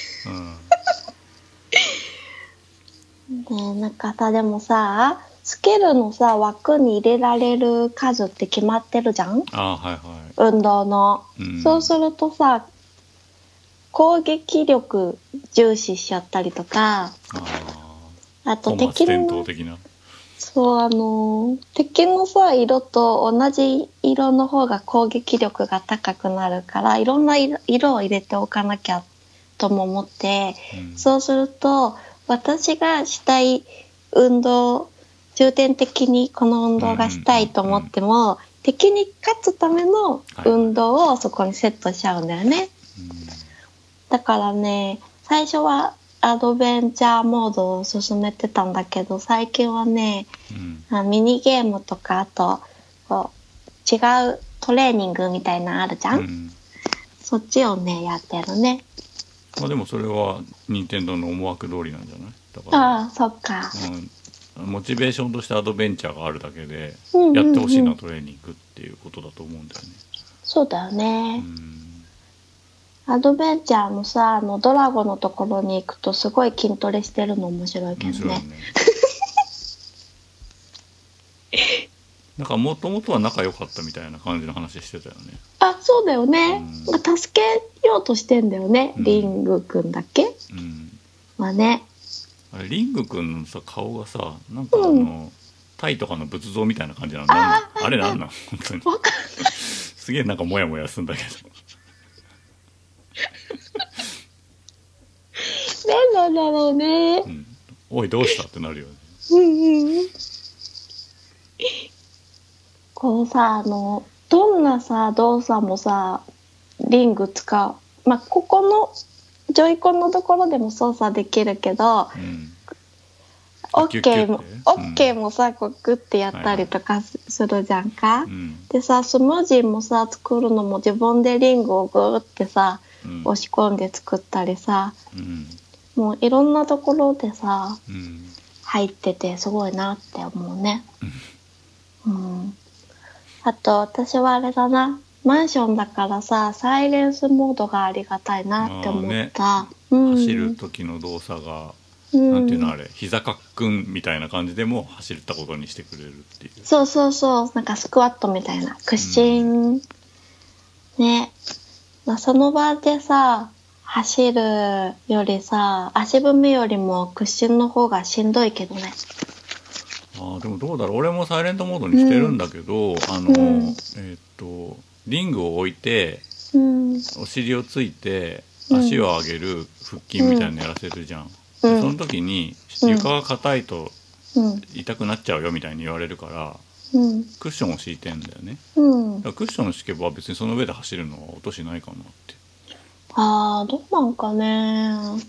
ね、なんかさ、でもさ、スキルのさ枠に入れられる数って決まってるじゃん。運動の、そうするとさ、攻撃力重視しちゃったりとか、あと敵の敵のさ色と同じ色の方が攻撃力が高くなるから、いろんな色を入れておかなきゃとも思って、そうすると私がしたい運動、重点的にこの運動がしたいと思っても、敵に勝つための運動をそこにセットしちゃうんだよね。だからね、最初はアドベンチャーモードを進めてたんだけど、最近はね、ミニゲームとか、あとこう違うトレーニングみたいなのあるじゃん、そっちをねやってるね。 まあでもそれは任天堂の思惑通りなんじゃない？だからああ、そっか、 モチベーションとしてアドベンチャーがあるだけで、やってほしいのはトレーニングっていうことだと思うんだよね。 そうだよね。アドベンチャーのさ、ドラゴンのところに行くとすごい筋トレしてるの面白いけどね。 なんかもともとは仲良かったみたいな感じの話してたよね。 あ、そうだよね。助けようとしてんだよね、リングくんだっけ。まあね。 あれリングくんのさ顔がさ、なんかタイとかの仏像みたいな感じなの。あれなんなん本当に。すげえなんかモヤモヤするんだけど。 何なんだろうね。 おいどうしたってなるよね。 こうさ、どんなさ動作もさリング使う。まあここのジョイコンのところでも操作できるけど、OK もさこうグッてやったりとかするじゃんか。でさ、スムージーもさ作るのも自分でリングをグーってさ、押し込んで作ったりさ、もういろんなところでさ、入っててすごいなって思うね。あと私はあれだな、マンションだからさサイレンスモードがありがたいなって思った。 走る時の動作が、なんていうのあれ、膝かっくんみたいな感じでも走ったことにしてくれるっていう。 そうそうそう、なんかスクワットみたいな屈伸、ね。まあ、その場でさ走るよりさ、足踏みよりも屈伸の方がしんどいけどね。 でもどうだろう、俺もサイレントモードにしてるんだけど、リングを置いて、お尻をついて足を上げる腹筋みたいなのやらせるじゃん。その時に床が硬いと痛くなっちゃうよみたいに言われるから、クッションを敷いてんだよね。だからクッションを敷けば別にその上で走るのは音しないかなって。 どうなんかね。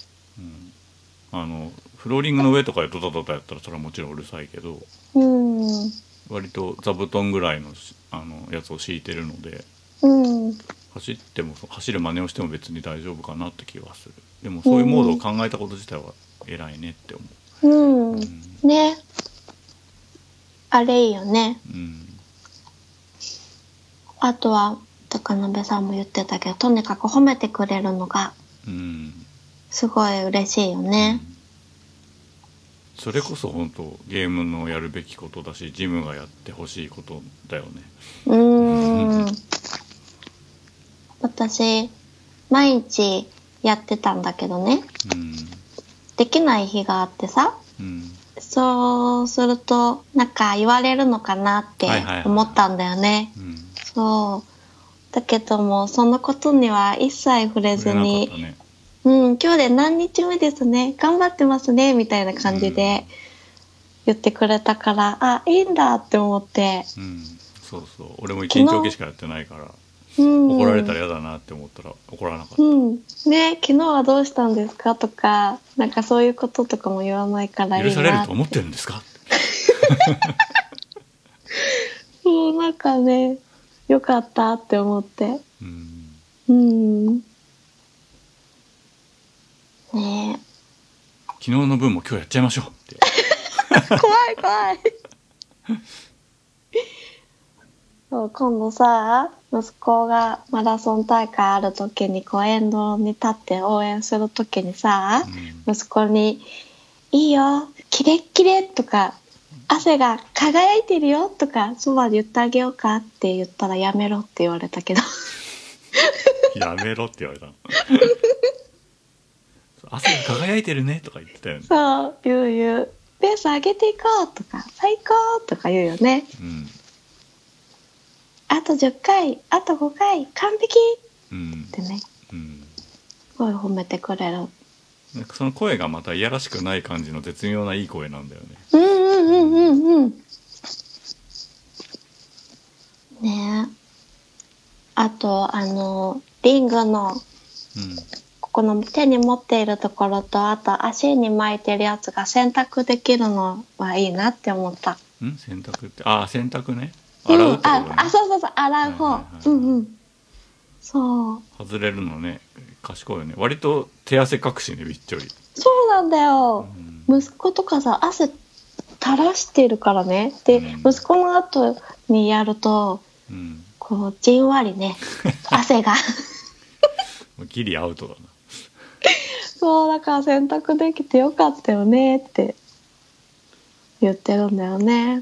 フローリングの上とかでドタドタやったらそれはもちろんうるさいけど、割と座布団ぐらいのやつを敷いてるので、走る真似をしても別に大丈夫かなって気がする。でもそういうモードを考えたこと自体は偉いねって思う。 ね、あれいいよね。あとは高鍋さんも言ってたけど、とにかく褒めてくれるのがすごい嬉しいよね。 それこそ本当ゲームのやるべきことだし、ジムがやってほしいことだよね。 私毎日やってたんだけどね、できない日があってさ、そうするとなんか言われるのかなって思ったんだよね。そうだけどもそのことには一切触れずに、今日で何日目ですね、頑張ってますねみたいな感じで言ってくれたから、いいんだって思って。 そうそう、俺も一日おきしかやってないから、怒られたら嫌だなって思ったら怒らなかった。 ね、昨日はどうしたんですかとか、なんかそういうこととかも言わないからいいな。 許されると思ってるんですかもうなんかね、よかったって思って。ねえ。 昨日の分も今日やっちゃいましょうって。 怖い怖い。そう今度さ、息子がマラソン大会ある時にこう沿道に立って応援する時にさ、息子に「いいよキレッキレ」とか「汗が輝いてるよ」とかそばで言ってあげようかって言ったらやめろって言われたけどやめろって言われたの汗が輝いてるねとか言ってたよね。 そう言うペース上げていこうとか最高とか言うよね。あと10回あと5回完璧、ってね、すごい褒めてくれる。 その声がまたいやらしくない感じの絶妙ないい声なんだよね。ねえ。あとリングの、ここの手に持っているところとあと足に巻いてるやつが洗濯できるのはいいなって思った。 洗濯って洗濯ね。洗うってことね。 そう洗う方。そう外れるのね賢いよね。割と手汗かくしねびっちょり。 そうなんだよ、息子とかさ汗垂らしてるからね。で、息子の後にやると、こうじんわりね汗がギリアウトだな。 そうだから洗濯できてよかったよねって言ってるんだよね。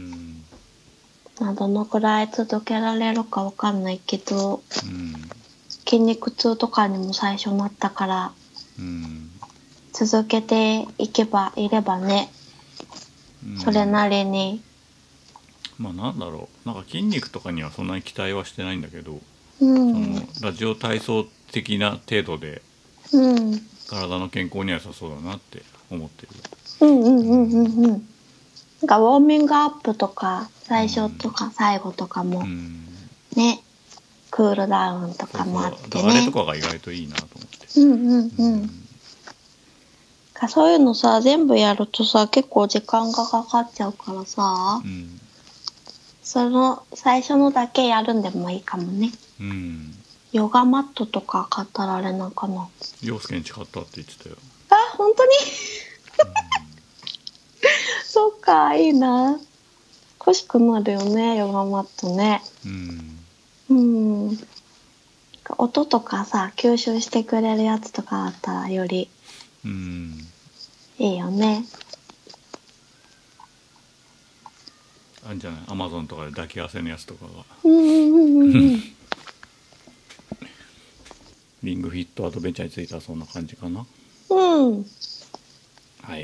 どのくらい続けられるかわかんないけど、筋肉痛とかにも最初なったから、続けていればね、それなりに。 なんだろう、なんか筋肉とかにはそんなに期待はしてないんだけど、そのラジオ体操的な程度で、体の健康には良さそうだなって思ってる。 なんかウォーミングアップとか最初とか最後とかも、ね、クールダウンとかもあってね。 あれとかが意外といいなと思って。 そういうのさ全部やるとさ結構時間がかかっちゃうからさ、その最初のだけやるんでもいいかもね。ヨガマットとか買ったらあれなんかな。 陽介んち買ったって言ってたよ。 本当にそっかいいな。欲しくなるよねヨガマットね。音とかさ吸収してくれるやつとかあったらよりいいよね。 あんじゃないアマゾンとかで抱き合わせのやつとかが。リングフィットアドベンチャーについてはそんな感じかな。はい。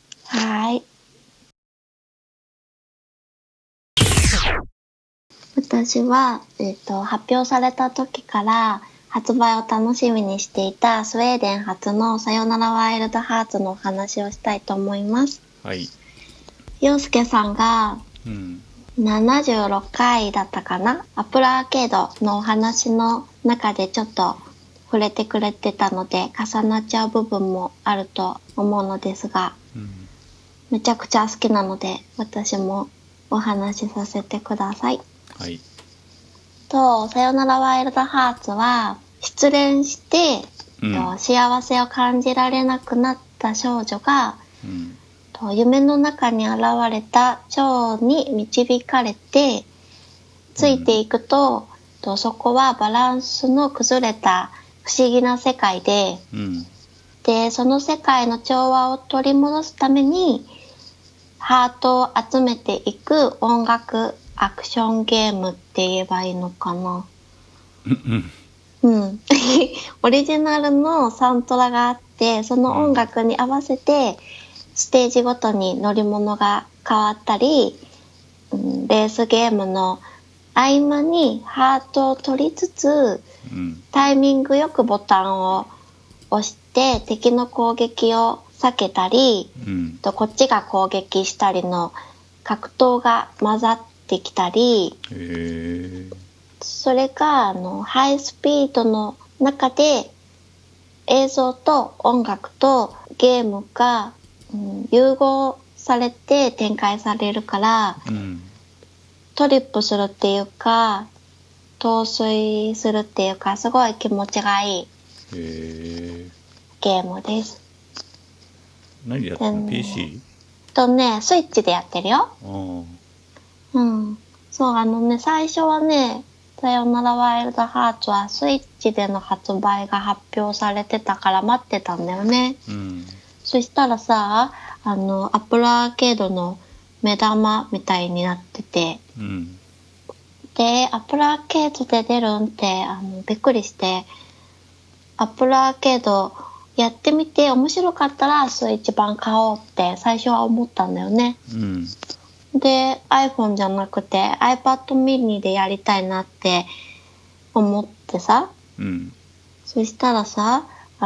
私は、発表された時から発売を楽しみにしていたスウェーデン発のさよならワイルドハーツのお話をしたいと思います。陽介さんが、76回だったかな、アップルアーケードのお話の中でちょっと触れてくれてたので重なっちゃう部分もあると思うのですが、めちゃくちゃ好きなので私もお話しさせてください。さよならワイルドハーツは失恋して、幸せを感じられなくなった少女が、夢の中に現れた蝶に導かれてついていくと、そこはバランスの崩れた不思議な世界で、でその世界の調和を取り戻すためにハートを集めていく音楽アクションゲームって言えばいいのかな。オリジナルのサントラがあって、その音楽に合わせてステージごとに乗り物が変わったり、レースゲームの合間にハートを取りつつ、タイミングよくボタンを押して敵の攻撃を避けたり、こっちが攻撃したりの格闘が混ざってきたり、それがハイスピードの中で映像と音楽とゲームが、融合されて展開されるから、 うん、 トリップするっていうか陶酔するっていうかすごい気持ちがいいゲームです。 何でやってるの？ PC？ スイッチでやってるよ。うん。そう、最初はね、さよならワイルドハーツはスイッチでの発売が発表されてたから待ってたんだよね。 うん、 そしたらさ、アップルアーケードの目玉みたいになってて、 うん、 で、アップルアーケードで出るんってびっくりして、アップルアーケードやってみて面白かったらスイッチ版買おうって最初は思ったんだよね。 うん、 で iPhone じゃなくて iPad mini でやりたいなって思ってさ、 うん、 そしたらさ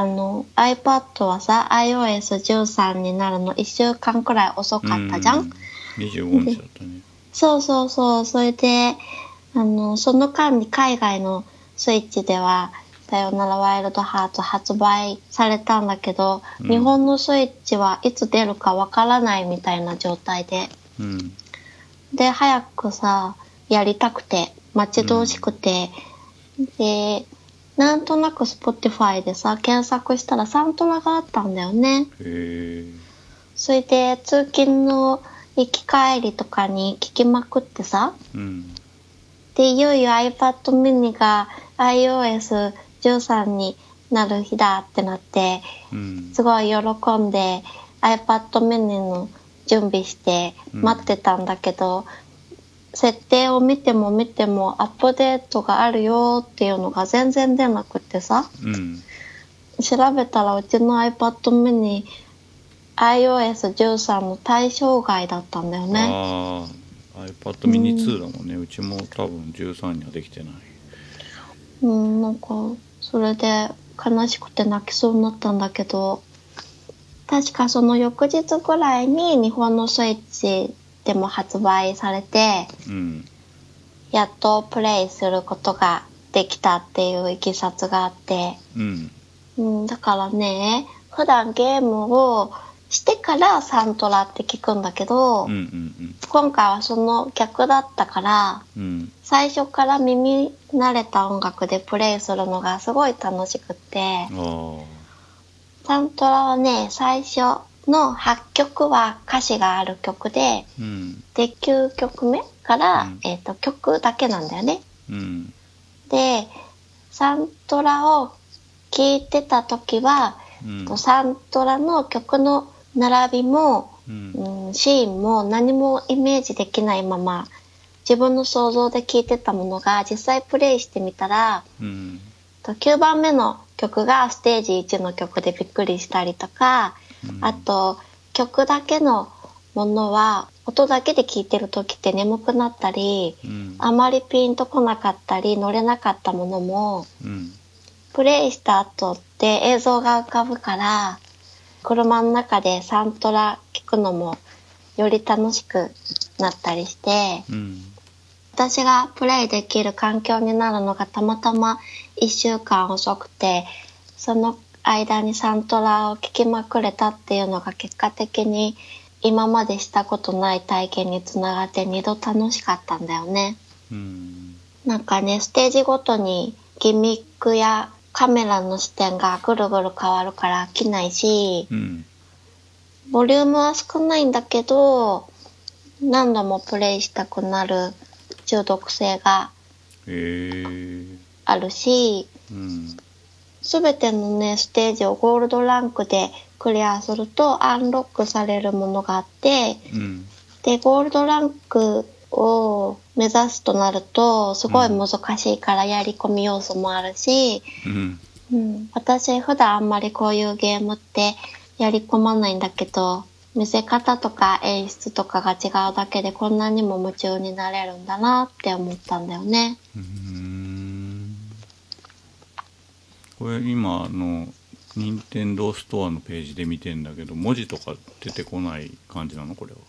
iPad はさ iOS13 になるの1週間くらい遅かったじゃん。 25日だったね。 そうそうそう。それでその間に海外のスイッチではさよならワイルドハーツ発売されたんだけど、日本のスイッチはいつ出るかわからないみたいな状態で、で早くさやりたくて待ち遠しくて、でなんとなく Spotify でさ検索したらサントラがあったんだよね。それで通勤の行き帰りとかに聞きまくってさ、でいよいよ iPad mini が iOS13 になる日だってなって、すごい喜んで iPad mini の準備して待ってたんだけど、設定を見ても見てもアップデートがあるよっていうのが全然出なくてさ、調べたらうちの iPad mini iOS13 の対象外だったんだよね。 iPad mini 2だもんね。うちも多分13にはできてない。 なんかそれで悲しくて泣きそうになったんだけど、確かその翌日ぐらいに日本のスイッチでも発売されて、やっとプレイすることができたっていういきさつがあって、だからね、普段ゲームをしてからサントラって聞くんだけど、今回はその逆だったから、最初から耳慣れた音楽でプレイするのがすごい楽しくって、サントラはね、最初の8曲は歌詞がある曲で、で9曲目から、曲だけなんだよね。でサントラを聴いてた時は、サントラの曲の並びも、シーンも何もイメージできないまま自分の想像で聴いてたものが実際プレイしてみたら、9番目の曲がステージ1の曲でびっくりしたりとか、あと曲だけのものは音だけで聴いてる時って眠くなったり、あまりピンとこなかったり乗れなかったものも、プレイした後って映像が浮かぶから車の中でサントラ聴くのもより楽しくなったりして、私がプレイできる環境になるのがたまたま1週間遅くて、その間にサントラを聴きまくれたっていうのが結果的に今までしたことない体験につながって2度楽しかったんだよね。なんかね、ステージごとにギミックやカメラの視点がぐるぐる変わるから飽きないし、ボリュームは少ないんだけど何度もプレイしたくなる中毒性があるし、全てのねステージをゴールドランクでクリアするとアンロックされるものがあって、でゴールドランクを目指すとなるとすごい難しいからやり込み要素もあるし、私普段あんまりこういうゲームってやり込まないんだけど、見せ方とか演出とかが違うだけでこんなにも夢中になれるんだなって思ったんだよね。 これ今任天堂ストアのページで見てんだけど、文字とか出てこない感じなのこれは？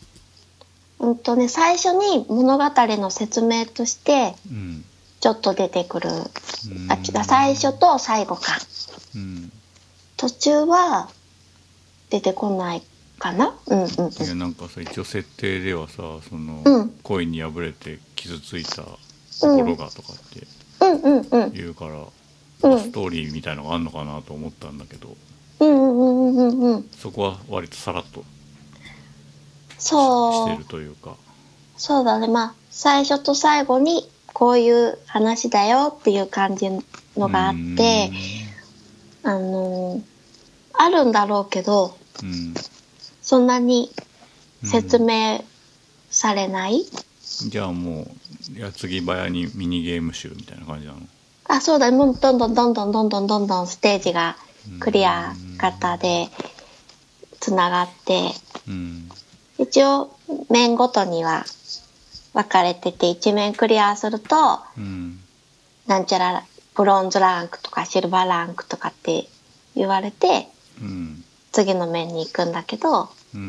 最初に物語の説明としてちょっと出てくる、最初と最後か、途中は出てこないかな。うんうんうん。 いやなんかさ一応設定ではさその、恋に破れて傷ついた心がとかって言うから、ストーリーみたいのがあんのかなと思ったんだけど、そこは割とさらっとしてるというか。 そうだね。まあ最初と最後にこういう話だよっていう感じのがあって、あるんだろうけど、そんなに説明されない、 じゃあもう矢継ぎ早にミニゲーム集みたいな感じなの？ あ、そうだね。もうどんどんステージがクリア型でつながって、一応面ごとには分かれてて、一面クリアすると、なんちゃらブロンズランクとかシルバーランクとかって言われて、次の面に行くんだけど、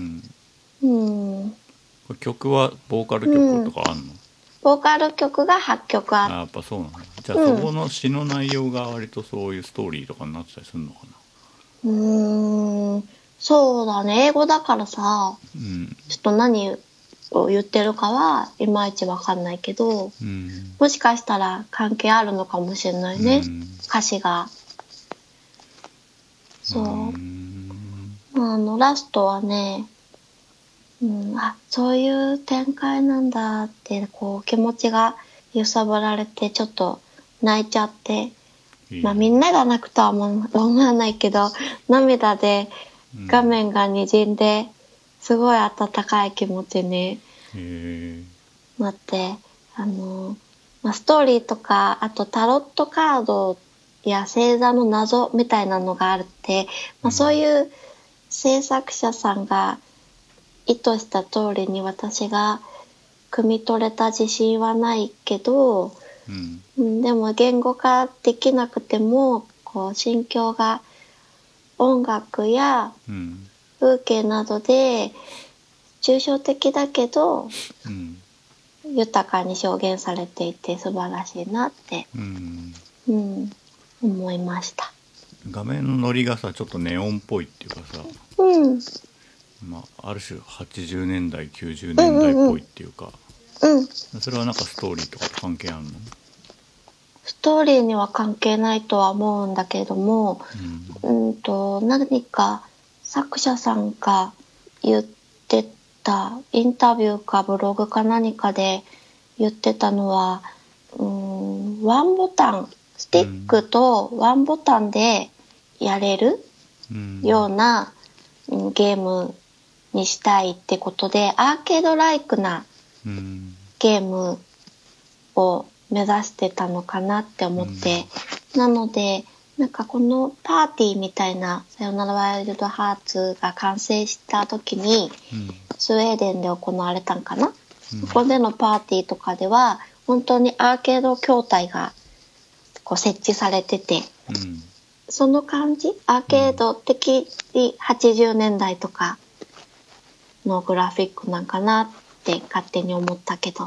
曲はボーカル曲とかあんの？ ボーカル曲が8曲あって、 やっぱそうなんだ。じゃあそこの詩の内容が割とそういうストーリーとかになってたりするのかな？ そうだね。英語だからさ、ちょっと何を言ってるかはいまいちわかんないけど、もしかしたら関係あるのかもしれないね、歌詞が。そう。ラストはね、あ、そういう展開なんだって、こう気持ちが揺さぶられてちょっと泣いちゃって、まあみんなが泣くとは思わないけど、涙で画面が滲んで、すごい温かい気持ちになって、ストーリーとか、あとタロットカードや星座の謎みたいなのがあるって、そういう制作者さんが意図した通りに私が汲み取れた自信はないけど、でも言語化できなくてもこう心境が音楽や風景などで抽象的だけど、豊かに表現されていて素晴らしいなって、思いました。 画面のノリがさちょっとネオンっぽいっていうかさ、ある種80年代90年代っぽいっていうか、それはなんかストーリーとかと関係あるの？ ストーリーには関係ないとは思うんだけれども、何か作者さんが言ってたインタビューかブログか何かで言ってたのは、ワンボタン、スティックとワンボタンでやれるようなゲームにしたいってことで、アーケードライクなゲームを目指してたのかなって思って、なのでなんかこのパーティーみたいなさよならワイルドハーツが完成した時に、スウェーデンで行われたんかな、そこでのパーティーとかでは本当にアーケード筐体がこう設置されてて、その感じ、アーケード的に80年代とかのグラフィックなんかなって勝手に思ったけど、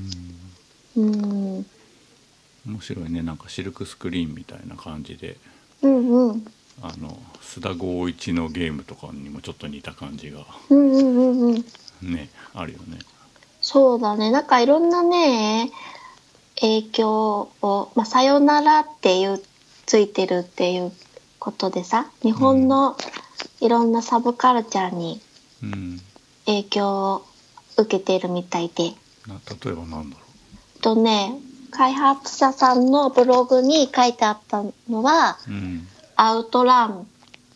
面白いね。なんかシルクスクリーンみたいな感じで、須田剛一のゲームとかにもちょっと似た感じがね、あるよね。 そうだね。なんかいろんなね影響を、さよならっていうついてるっていうことでさ、日本のいろんなサブカルチャーに影響を受けているみたいで、 例えばなんだろう開発者さんのブログに書いてあったのは、アウトラン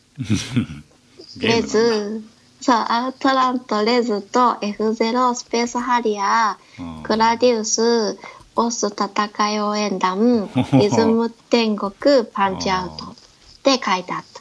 レズ、アウトランとレズと F0 スペースハリアー、グラディウス、オス戦い応援団、リズム天国、パンチアウトって書いてあった。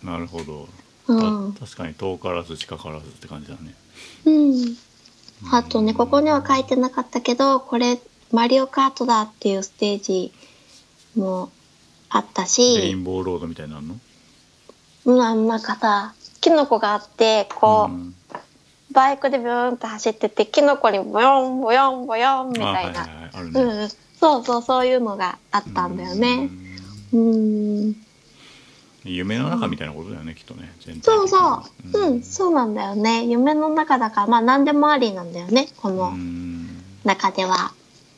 なるほど、確かに遠からず近からずって感じだね。 あとね、ここには書いてなかったけど、これマリオカートだっていうステージもあったし、 レインボーロードみたいなの？ なんかさ、キノコがあってこう、バイクでビューンって走ってて、キノコにボヨンボヨンボヨンみたいな、 あるね。 そういうのがあったんだよね。 夢の中みたいなことだよね、きっとね。 そうそう、そうなんだよね。夢の中だから何でもありなんだよね、この中では。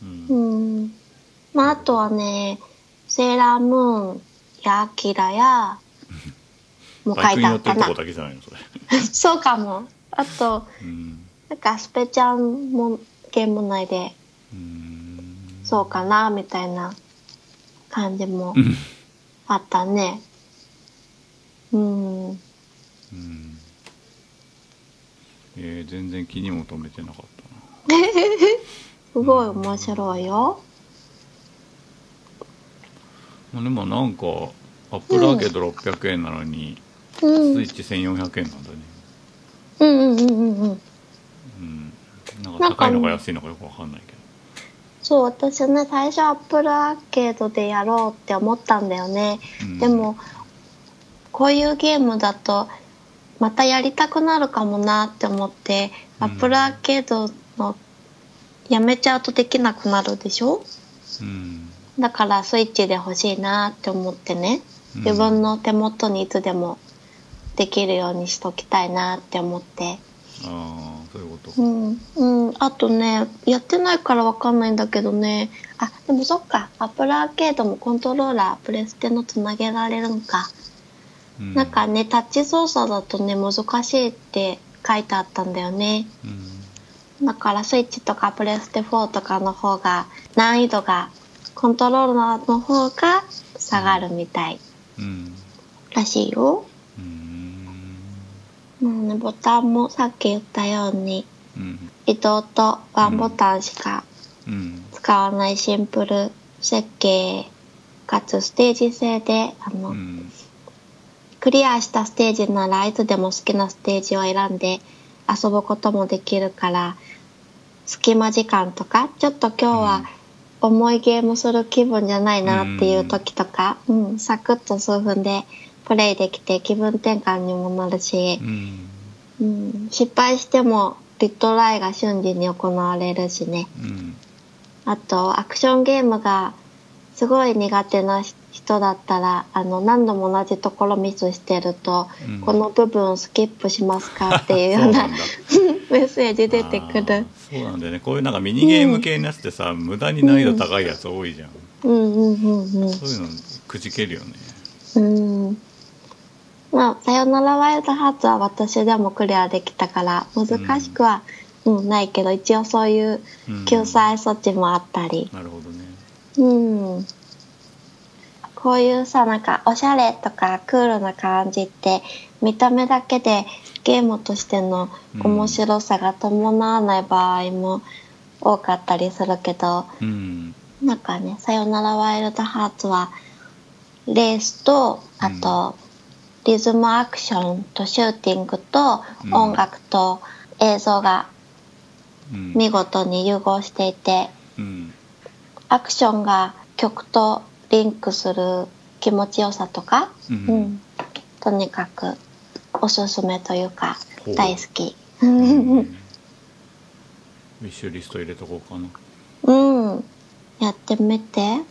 あとはね、セーラームーンやアキラやもう書いてあったな。だけじゃないのそれ。そうかも。あと、なんかスペちゃんもゲーム内でそうかなみたいな感じもあったね。 全然気にも留めてなかったな。 すごい面白いよ。 でもなんかアップルアーケード600円なのに、スイッチ1400円なんだね。なんか高いのか安いのかよくわかんないけど。 そう、私ね、最初アップルアーケードでやろうって思ったんだよね。でもこういうゲームだとまたやりたくなるかもなって思って、アップルアーケードのやめちゃうとできなくなるでしょ。だからスイッチで欲しいなって思ってね、自分の手元にいつでもできるようにしときたいなって思って。 そういうこと。 あとね、やってないからわかんないんだけどね。でもそっか、アップルアーケードもコントローラープレステのつなげられるのか。なんかね、タッチ操作だとね難しいって書いてあったんだよね。だからスイッチとかプレステ4とかの方が難易度がコントローラーの方が下がるみたいらしいよ。ボタンもさっき言ったように、移動とワンボタンしか使わないシンプル設計かつステージ制でクリアしたステージならいつでも好きなステージを選んで遊ぶこともできるから、隙間時間とかちょっと今日は重いゲームする気分じゃないなっていう時とか、サクッと数分でプレイできて気分転換にもなるし、失敗してもリトライが瞬時に行われるしね。あとアクションゲームがすごい苦手な人だったら何度も同じところミスしてると、この部分スキップしますかっていうようなメッセージ出てくる。 そうなんだよね。こういうなんかミニゲーム系のやつってさ、無駄に難易度高いやつ多いじゃん。そういうのくじけるよね。 さよならワイルドハーツは私でもクリアできたから難しくは、ないけど、一応そういう救済措置もあったり。 なるほどね。 こういうさ、なんかおしゃれとかクールな感じって見た目だけでゲームとしての面白さが伴わない場合も多かったりするけど、なんかね、さよならワイルドハーツはレースと、あとリズムアクションとシューティングと音楽と映像が見事に融合していて、アクションが曲とリンクする気持ちよさとか、とにかくおすすめというか大好き。 ウィッシュリスト入れとこうかな。 やってみて。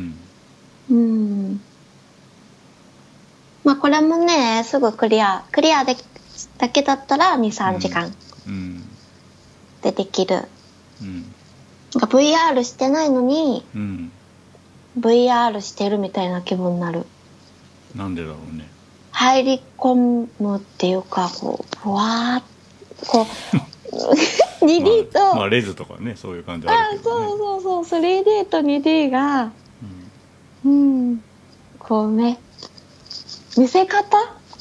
これもね、すぐクリアでだけだったら 2,3 時間でできる。VR してないのに、VR してるみたいな気分になる。 なんでだろうね。 入り込むっていうか、こうふわーっこう2D とレズとかね、そういう感じあるけどね。 そう 3D と 2D がこうね、見せ方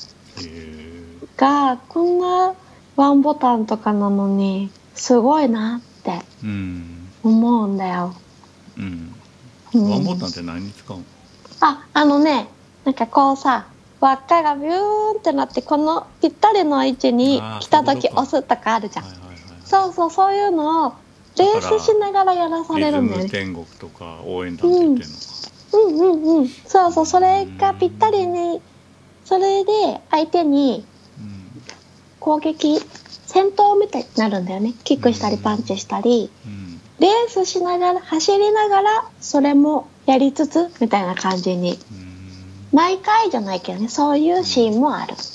がこんなワンボタンとかなのにすごいなって思うんだよ。 ワンボタンって何に使うの？ なんかこうさ、輪っかがビューンってなって、このぴったりの位置に来た時押すとかあるじゃん。そういうのをレースしながらやらされるんだよね。 リズム天国とか応援団って言ってんのか。それがぴったりに、それで相手に攻撃、戦闘みたいになるんだよね。キックしたりパンチしたり、レースしながら走りながらそれもやりつつみたいな感じに毎回じゃないけどね、そういうシーンもある。はい。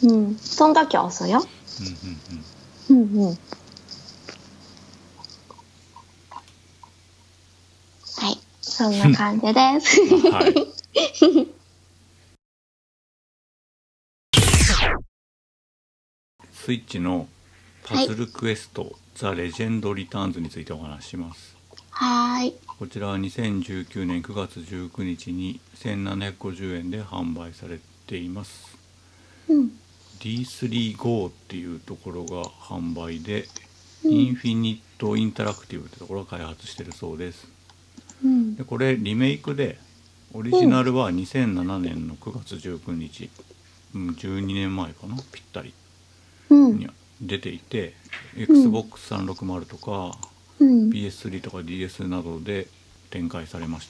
うん。その時は遅いよ。うんうんうん。うんうん。はい。そんな感じです。はい。 スイッチのパズルクエスト、はい、ザ・レジェンド・リターンズについてお話しします。 はい。こちらは2019年9月19日に1750円で販売されています。うん、D3GO っていうところが販売で、うん、インフィニット・インタラクティブってところが開発してるそうです。うん、でこれリメイクで、オリジナルは2007年の9月19日、12年前かな、ぴったりに出ていて、Xbox360 とか、PS3 とか DS などで展開されました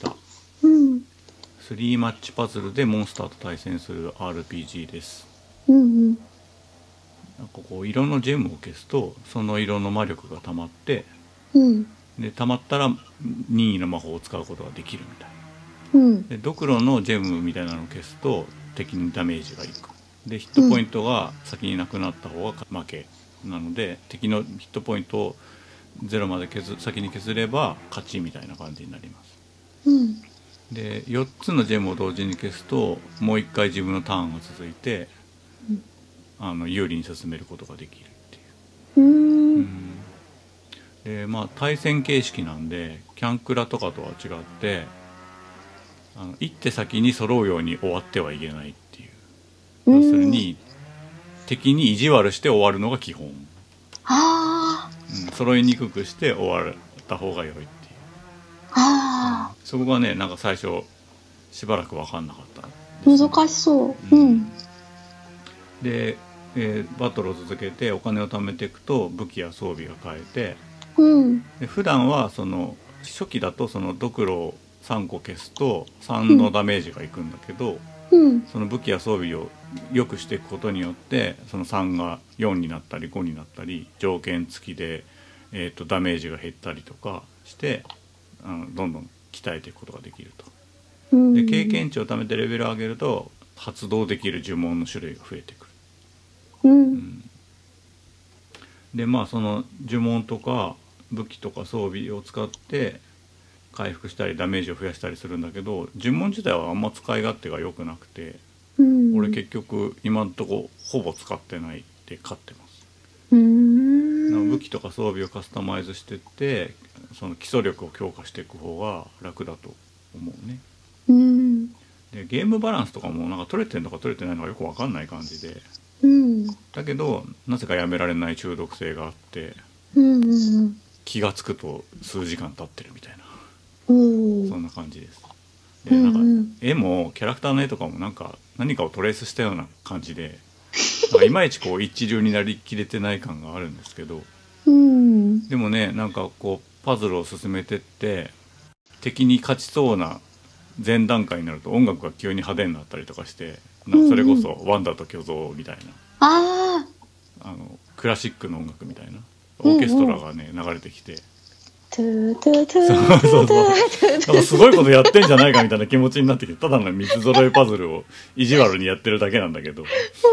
。3マッチパズルでモンスターと対戦する RPG です。なんかこう色のジェムを消すとその色の魔力が溜まって、で溜まったら任意の魔法を使うことができるみたいな。でドクロのジェムみたいなのを消すと敵にダメージがいく。でヒットポイントが先になくなった方が負けなので、敵のヒットポイントを0まで先に削れば勝ちみたいな感じになります。で4つのジェムを同時に消すともう1回自分のターンが続いて、有利に進めることができるっていう。でまあ対戦形式なんでキャンクラとかとは違って一手先に揃うように終わってはいけないっていう。要するに敵に意地悪して終わるのが基本。揃いにくくして終わった方が良いっていう。そこがねなんか最初しばらく分かんなかったですね。難しそう。 で、バトルを続けてお金を貯めていくと武器や装備が変えて、で普段はその初期だとそのドクロを3個消すと3のダメージがいくんだけど、その武器や装備を良くしていくことによってその3が4になったり5になったり条件付きで、ダメージが減ったりとかしてどんどん鍛えていくことができると。で経験値を貯めてレベルを上げると発動できる呪文の種類が増えてくる。でまあその呪文とか武器とか装備を使って回復したりダメージを増やしたりするんだけど、呪文自体はあんま使い勝手が良くなくて、俺結局今んとこほぼ使ってないで勝ってます。武器とか装備をカスタマイズしてってその基礎力を強化していく方が楽だと思うね。でゲームバランスとかもなんか取れてるのか取れてないのかよく分かんない感じで、だけどなぜかやめられない中毒性があって、気が付くと数時間経ってるみたいな、そんな感じです。でなんか絵もキャラクターの絵とかもなんか何かをトレースしたような感じでなんかいまいちこう一流になりきれてない感があるんですけど、でもねなんかこうパズルを進めてって敵に勝ちそうな前段階になると音楽が急に派手になったりとかして、なんかそれこそワンダと巨像みたいな、クラシックの音楽みたいなオーケストラがね流れてきて、なんかすごいことやってんじゃないかみたいな気持ちになってきて、ただの三つ揃えパズルを意地悪にやってるだけなんだけど、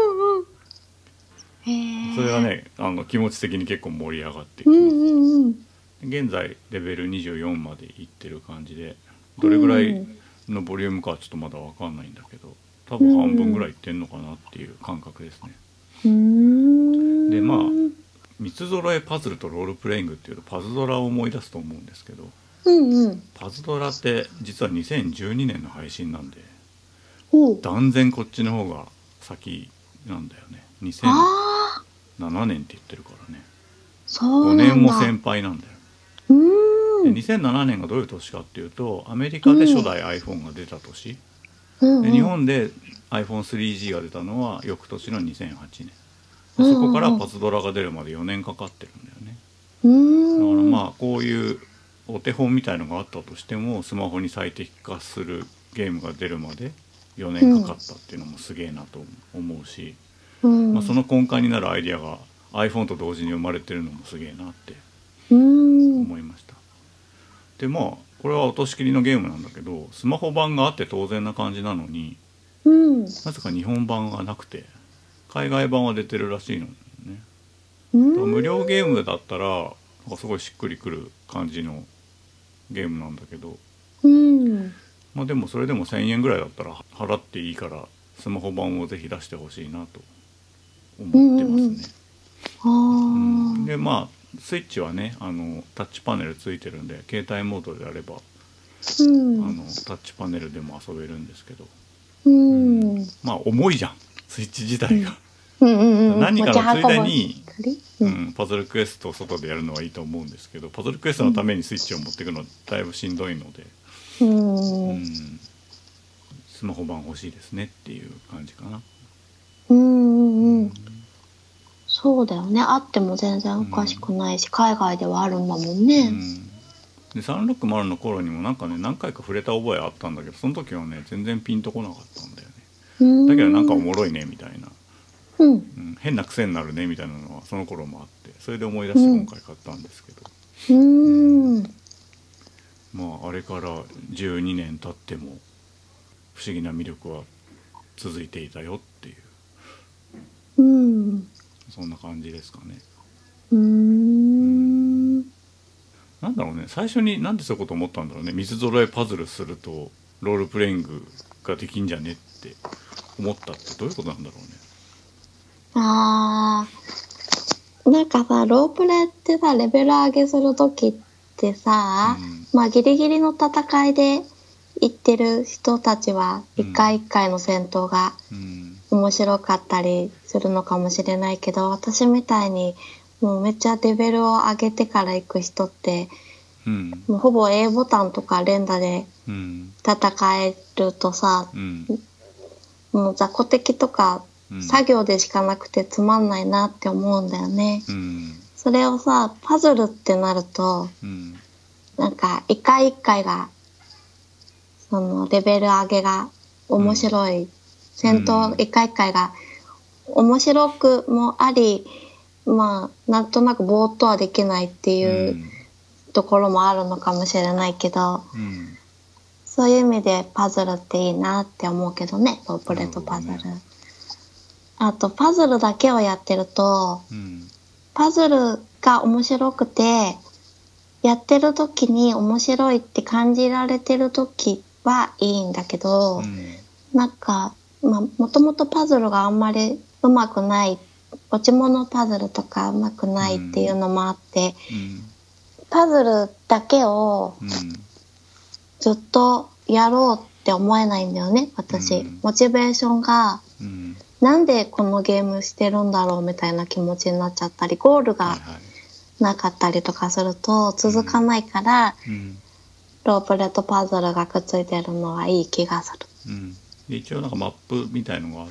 それがね気持ち的に結構盛り上がってきます。現在レベル24までいってる感じで、どれぐらいのボリュームかはちょっとまだ分かんないんだけど、多分半分ぐらいいってんのかなっていう感覚ですね。でまあ三つ揃えパズルとロールプレイングっていうとパズドラを思い出すと思うんですけど、パズドラって実は2012年の配信なんで、断然こっちの方が先なんだよね。2007年って言ってるからね、5年も先輩なんだよ。で2007年がどういう年かっていうとアメリカで初代 iPhone が出た年、で日本で iPhone3G が出たのは翌年の2008年、そこからパズドラが出るまで4年かかってるんだよね。だからまあこういうお手本みたいのがあったとしてもスマホに最適化するゲームが出るまで4年かかったっていうのもすげえなと思うし、まあ、その根幹になるアイディアが iPhone と同時に生まれてるのもすげえなって思いました。でまあこれは落としきりのゲームなんだけど、スマホ版があって当然な感じなのに、なぜか日本版がなくて海外版は出てるらしいのね。無料ゲームだったらなんかすごいしっくりくる感じのゲームなんだけど、まあでもそれでも1000円ぐらいだったら払っていいからスマホ版をぜひ出してほしいなと思ってますね。でまあスイッチはねタッチパネルついてるんで携帯モードであればタッチパネルでも遊べるんですけど、まあ重いじゃんスイッチ自体が。何かのついでに、パズルクエストを外でやるのはいいと思うんですけど、パズルクエストのためにスイッチを持っていくのはだいぶしんどいので、スマホ版欲しいですねっていう感じかな。 そうだよね。あっても全然おかしくないし、海外ではあるんだもんね。 で360の頃にもなんかね何回か触れた覚えあったんだけど、その時はね全然ピンとこなかったんだよね。だけどなんかおもろいねみたいな、変な癖になるねみたいなのはその頃もあって、それで思い出して今回買ったんですけど、まああれから12年経っても不思議な魅力は続いていたよっていう、そんな感じですかね。なんだろうね、最初になんでそういうこと思ったんだろうね。水揃えパズルするとロールプレイングができんじゃねって思ったってどういうことなんだろうね。 なんかさ、ロープレってさ、レベル上げするときってさ、まあギリギリの戦いで行ってる人たちは一回一回の戦闘が面白かったりするのかもしれないけど、私みたいにもうめっちゃレベルを上げてから行く人って、もうほぼ A ボタンとか連打で戦えるとさ、もう雑魚敵とか作業でしかなくてつまんないなって思うんだよね。それをさ、パズルってなると、なんか一回一回がそのレベル上げが面白い、戦闘一回一回が面白くもあり、まあなんとなくぼーっとはできないっていうところもあるのかもしれないけど、そういう意味でパズルっていいなって思うけどね、ロープレとパズル。あとパズルだけをやってると、パズルが面白くてやってる時に面白いって感じられてる時はいいんだけど、なんかまあもともとパズルがあんまりうまくない、落ち物パズルとかうまくないっていうのもあって、パズルだけをずっとやろうって思えないんだよね、私。モチベーションが、なんでこのゲームしてるんだろうみたいな気持ちになっちゃったり、ゴールがなかったりとかすると続かないから、ロープレとパズルがくっついてるのはいい気がする。 一応なんかマップみたいのがあって、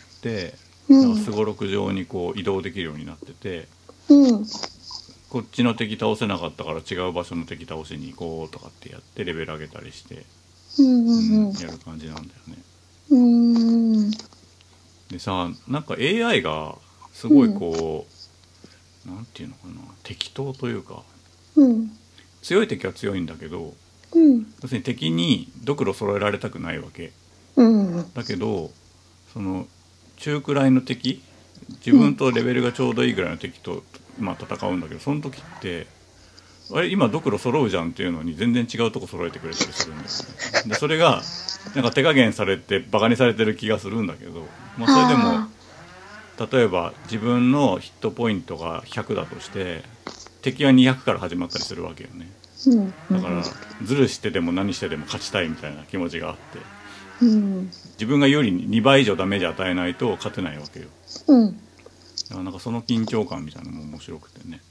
すごろく上にこう移動できるようになってて、こっちの敵倒せなかったから違う場所の敵倒しに行こうとかってやってレベル上げたりして、やる感じなんだよね。でさ、なんか AI がすごいこう、なんていうのかな、適当というか、強い敵は強いんだけど、要するに敵にドクロ揃えられたくないわけ、だけどその中くらいの敵、自分とレベルがちょうどいいぐらいの敵と、まあ、戦うんだけど、その時ってあれ今ドクロ揃うじゃんっていうのに全然違うとこ揃えてくれたりするんだよね。でそれがなんか手加減されてバカにされてる気がするんだけど、まあ、それでも例えば自分のヒットポイントが100だとして敵は200から始まったりするわけよね。だからズルしてでも何してでも勝ちたいみたいな気持ちがあって、自分が有利に2倍以上ダメージ与えないと勝てないわけよ。だからなんかその緊張感みたいなのも面白くてね。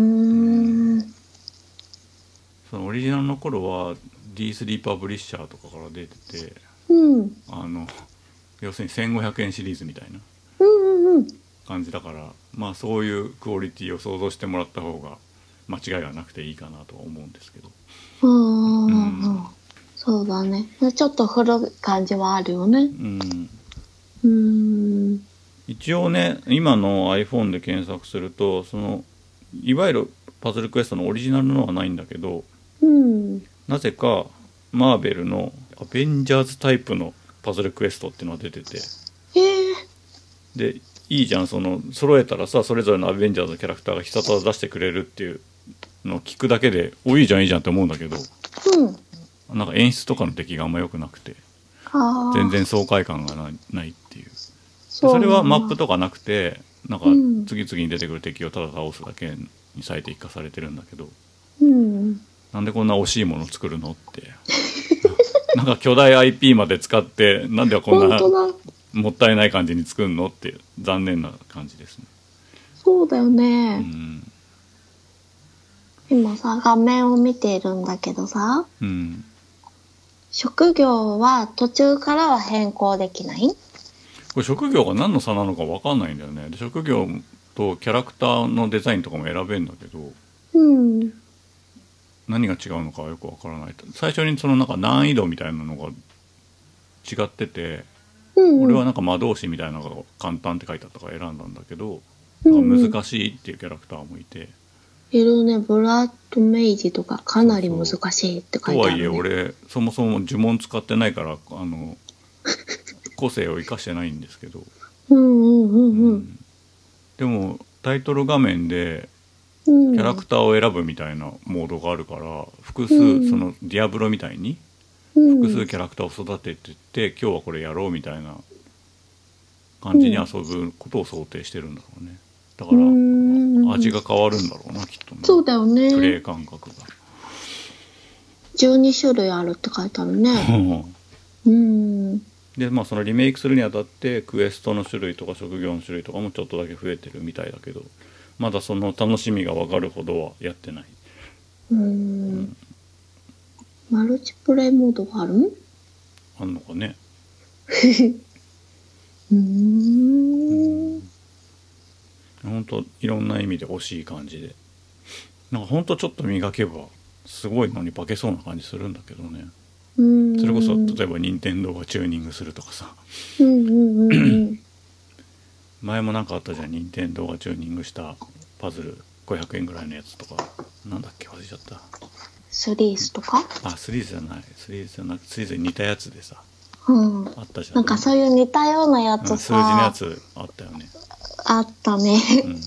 そのオリジナルの頃は D3 パブリッシャーとかから出てて、要するに1500円シリーズみたいな感じだから、まあそういうクオリティを想像してもらった方が間違いはなくていいかなとは思うんですけど。 そうだね。ちょっと古い感じはあるよね。 一応ね、今の iPhone で検索するとそのいわゆるパズルクエストのオリジナルのはないんだけど、なぜかマーベルのアベンジャーズタイプのパズルクエストっていうのが出てて、でいいじゃん、その揃えたらさ、それぞれのアベンジャーズのキャラクターが必殺技出してくれるっていうのを聞くだけでいいじゃんいいじゃんって思うんだけど、なんか演出とかの出来があんま良くなくて、全然爽快感がないっていう。それはマップとかなくて、なんか次々に出てくる敵をただ倒すだけに最適化されてるんだけど、なんでこんな惜しいものを作るのってなんか巨大 IP まで使ってなんでこんなもったいない感じに作るのって残念な感じですね。 そうだよね、今さ画面を見ているんだけどさ、職業は途中からは変更できない？ これ職業が何の差なのか分かんないんだよね。で職業とキャラクターのデザインとかも選べるんだけど、何が違うのかはよく分からない。最初にそのなんか難易度みたいなのが違ってて、俺はなんか魔導士みたいなのが簡単って書いてあったから選んだんだけど、難しいっていうキャラクターもいて、 いるね。ブラッドメイジとかかなり難しいって書いてあるね。 とはいえ俺そもそも呪文使ってないから個性を生かしてないんですけど、でもタイトル画面でキャラクターを選ぶみたいなモードがあるから、複数、そのディアブロみたいに複数キャラクターを育ててって今日はこれやろうみたいな感じに遊ぶことを想定してるんだろうね。だから味が変わるんだろうなきっとね。 そうだよね。 プレイ感覚が 12種類あるって書いてあるね。 でそのリメイクするにあたってクエストの種類とか職業の種類とかもちょっとだけ増えてるみたいだけど、まだその楽しみが分かるほどはやってない。 マルチプレイモードがある？ あんのかね。ほんといろんな意味で惜しい感じで、なんかほんとちょっと磨けばすごいのに化けそうな感じするんだけどね。それこそ例えば任天堂がチューニングするとかさ、前もなんかあったじゃん、任天堂がチューニングしたパズル500円ぐらいのやつとか、なんだっけ忘れちゃった。 スリースとか？ スリーズじゃない、スリーズに似たやつでさ、あったじゃん。 なんかそういう似たようなやつさ、 数字のやつあったよね。 あったね。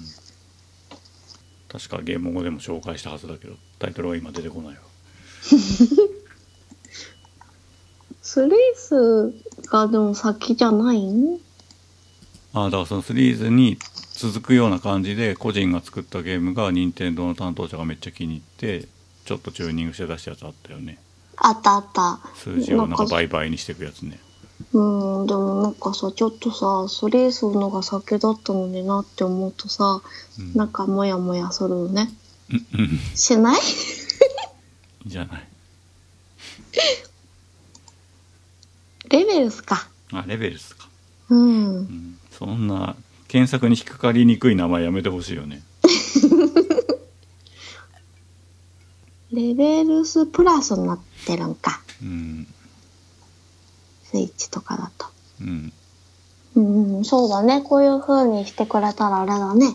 確かゲーム語でも紹介したはずだけどタイトルは今出てこないわ。 スリースがでも先じゃないん？ だからそのスリーズに続くような感じで個人が作ったゲームが任天堂の担当者がめっちゃ気に入ってちょっとチューニングして出したやつあったよね。 あったあった。 数字をなんか倍々にしていくやつね。 でもなんかさちょっとさスリースのが先だったのになって思うとさ、なんかモヤモヤするよね。しない？いいじゃない。 レベルスか。 レベルスか。そんな検索に引っかかりにくい名前やめてほしいよね。 レベルスプラスになってるんか。スイッチとかだと。そうだね。こういう風にしてくれたらあれだね。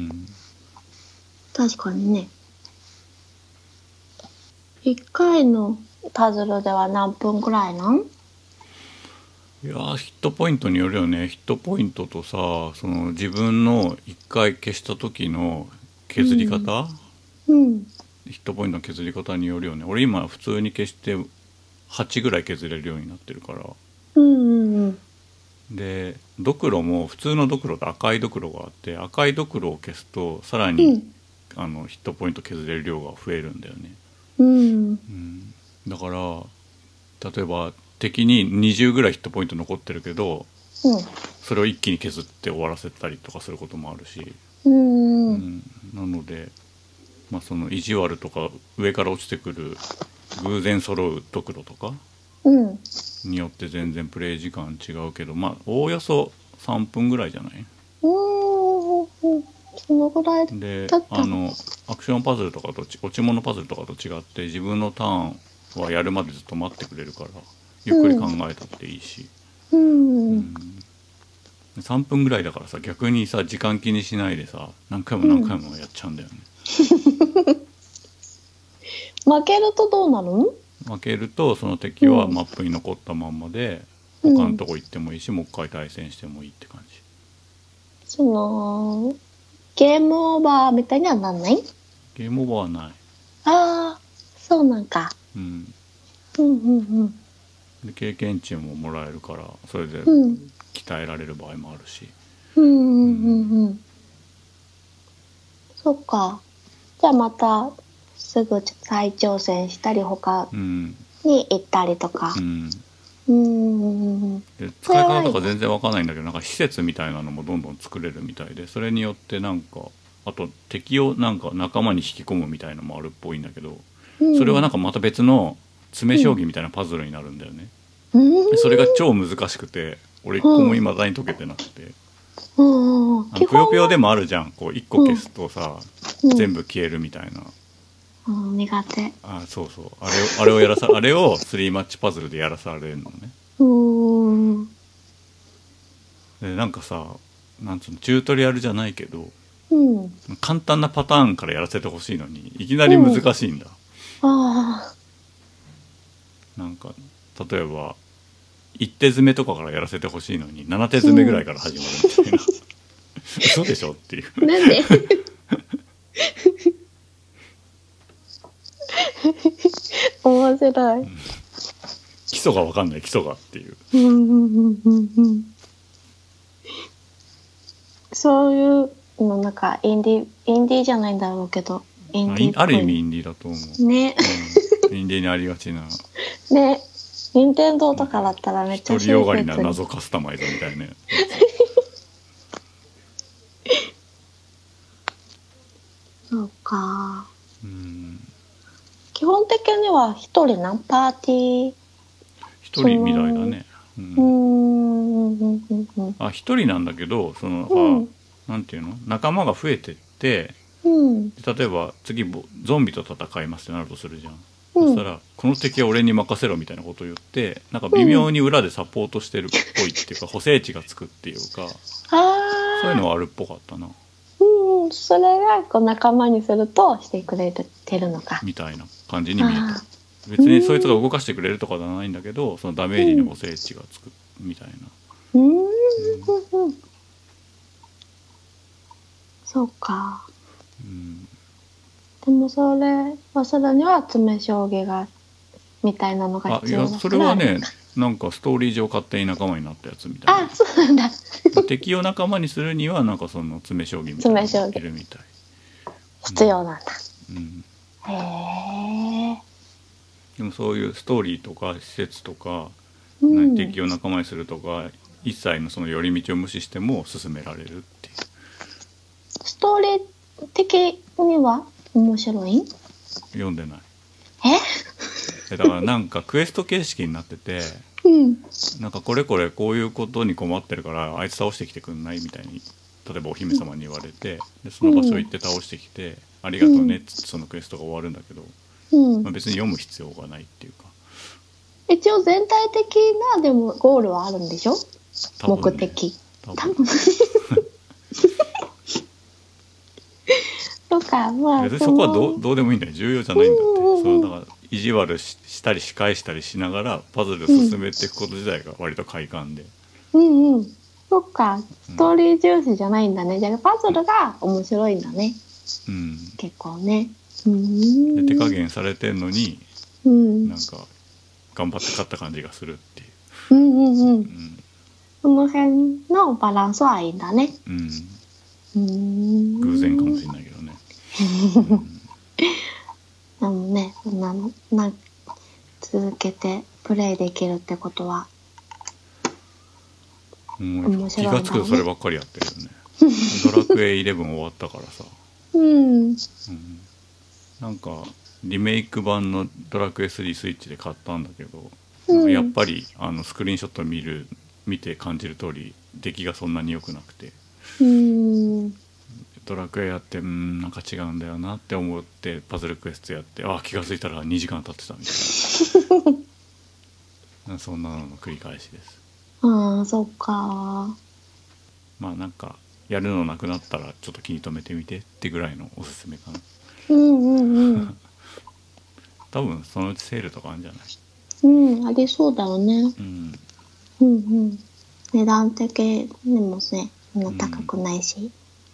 確かにね。1回のパズルでは何分くらいなん？ いやヒットポイントによるよね。ヒットポイントとさ、その自分の1回消した時の削り方、ヒットポイントの削り方によるよね。俺今普通に消して8ぐらい削れるようになってるから。でドクロも普通のドクロと赤いドクロがあって、赤いドクロを消すとさらに、ヒットポイント削れる量が増えるんだよね。だから例えば敵に20ぐらいヒットポイント残ってるけど、それを一気に削って終わらせたりとかすることもあるし、なので、その意地悪とか上から落ちてくる偶然揃うドクロとかによって全然プレイ時間違うけど、おおよそ3分ぐらいじゃない？ そのぐらいでアクションパズルとかと落ち物パズルとかと違って自分のターンはやるまでずっと待ってくれるからゆっくり考えたっていいし、3分ぐらいだからさ、逆にさ時間気にしないでさ何回も何回もやっちゃうんだよね。 負けるとどうなるの？ 負けるとその敵はマップに残ったまんまで、他のとこ行ってもいいし、もう一回対戦してもいいって感じ。 そのゲームオーバーみたいにはなんない？ ゲームオーバーはない。 ああ、そうなんか。 うん。 うんうんうん。 で経験値ももらえるから、それで鍛えられる場合もあるし。 うんうんうんうん。そっか。じゃあまたすぐ再挑戦したり他に行ったりとか。 で使い方とか全然わかんないんだけど、なんか施設みたいなのもどんどん作れるみたいで、それによってなんかあと敵をなんか仲間に引き込むみたいなのもあるっぽいんだけど、それはなんかまた別の詰将棋みたいなパズルになるんだよね。それが超難しくて、俺一個も未だに解けてなくて。ぷよぷよでもあるじゃん、こう一個消すとさ、全部消えるみたいな。 苦手。 あ、そうそう、あれをやらさあれを3マッチパズルでやらされるのね。でなんかさ、なんつうの、チュートリアルじゃないけど、簡単なパターンからやらせてほしいのにいきなり難しいんだ。なんか例えば1手詰めとかからやらせてほしいのに7手詰めぐらいから始まるみたいな。嘘でしょっていう。 なんで？面白い。 基礎が分かんない、基礎がっていう。 そういうのなんかインディーじゃないんだろうけど、 ある意味インディーだと思うね。インディーにありがちなね。任天堂とかだったらめっちゃ独りよがりな謎カスタマイズみたいな。 そうか。基本的には一人何パーティー？ 一人みたいだね。あ、一人なんだけど、その、なんていうの、仲間が増えてって、例えば次ゾンビと戦いますってなるとするじゃん。そしたらこの敵は俺に任せろみたいなことを言って、なんか微妙に裏でサポートしてるっぽいっていうか、補正値がつくっていうか、そういうのはあるっぽかったな。 それがこう仲間にするとしてくれてるのかみたいな感じに見えた。別にそいつが動かしてくれるとかではないんだけど、そのダメージに補正値がつくみたいな。 そうか。でもそれには詰将棋がみたいなのが必要だから。いや、 それはね、なんかストーリー上勝手に仲間になったやつみたいな。 あ、そうなんだ。 敵を仲間にするにはなんかその詰将棋みたいなのがいるみたい。 必要なんだ。へえ。 でもそういうストーリーとか施設とか、敵を仲間にするとか、一切のその寄り道を無視しても進められるっていう。 ストーリー的には面白い？ 読んでない。だからなんかクエスト形式になってて、なんかこれこれこういうことに困ってるからあいつ倒してきてくんないみたいに、例えばお姫様に言われて、でその場所行って倒してきて、ありがとうねってそのクエストが終わるんだけど、別に読む必要がないっていうか。一応全体的なでもゴールはあるんでしょ？目的。多分。とか、まあ別にそこはどうでもいいんだよ。重要じゃないんだって。そうだから意地悪したり仕返したりしながらパズルを進めていくこと自体が割と快感で。 そっか、ストーリー重視じゃないんだね。じゃあパズルが面白いんだね。結構ね。 で手加減されてんのに、なんか頑張って勝った感じがするっていう。 その辺のバランスはいいんだね。 偶然かもしれないけどね。 でもね、そんなの続けてプレイできるってことは面白いんだね。気がつくとそればっかりやってるよね。ドラクエ11終わったからさ。なんかリメイク版のドラクエ3スイッチで買ったんだけど、やっぱりスクリーンショット見て感じる通り出来がそんなに良くなくて。ドラクエやってなんか違うんだよなって思ってパズルクエストやって、気が付いたら2時間経ってたみたいな。そんなのの繰り返しです。 そっか。 まあなんかやるのなくなったらちょっと気に留めてみてってぐらいのおすすめかな。 多分そのうちセールとかあるんじゃない？ うん、ありそうだよね。 うん。 うんうん。値段的にもね、そんな高くないし。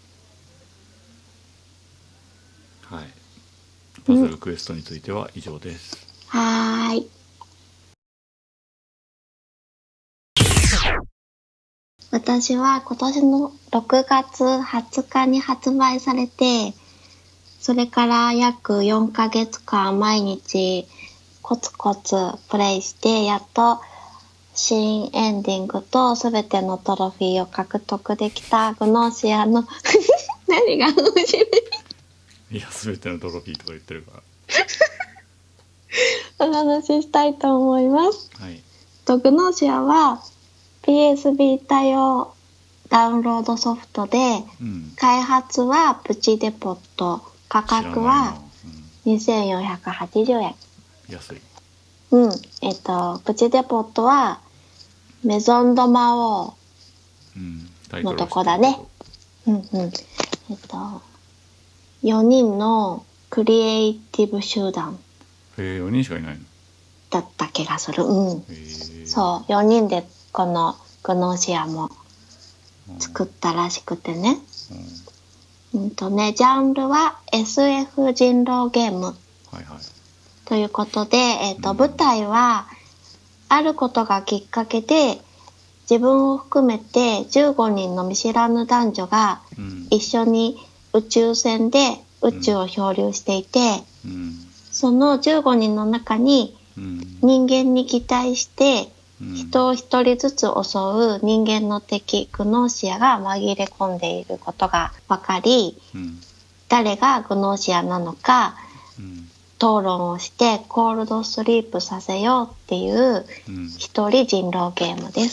はい。パズルクエストについては以上です。 はーい。私は今年の6月20日に発売されて、それから約4ヶ月間毎日コツコツプレイして、やっと新エンディングとすべてのトロフィーを獲得できたグノーシアの何が面白い？ いや、すべてのトロフィーとか言ってるから。 お話ししたいと思います。 はい。 グノーシアは PS ビータ用ダウンロードソフトで、開発はプチデポット、価格は2480円。 安い。 プチデポットはメゾンド魔王のとこだね。4人のクリエイティブ集団。 4人しかいないの？ だった気がする。そう、4人でこのグノーシアも作ったらしくてね。ジャンルは SF 人狼ゲーム。 はいはい。 ということで、舞台はあることがきっかけで自分を含めて15人の見知らぬ男女が一緒に宇宙船で宇宙を漂流していて、その15人の中に人間に擬態して人を一人ずつ襲う人間の敵グノーシアが紛れ込んでいることが分かり、誰がグノーシアなのか討論をしてコールドスリープさせようっていう一人人狼ゲームです。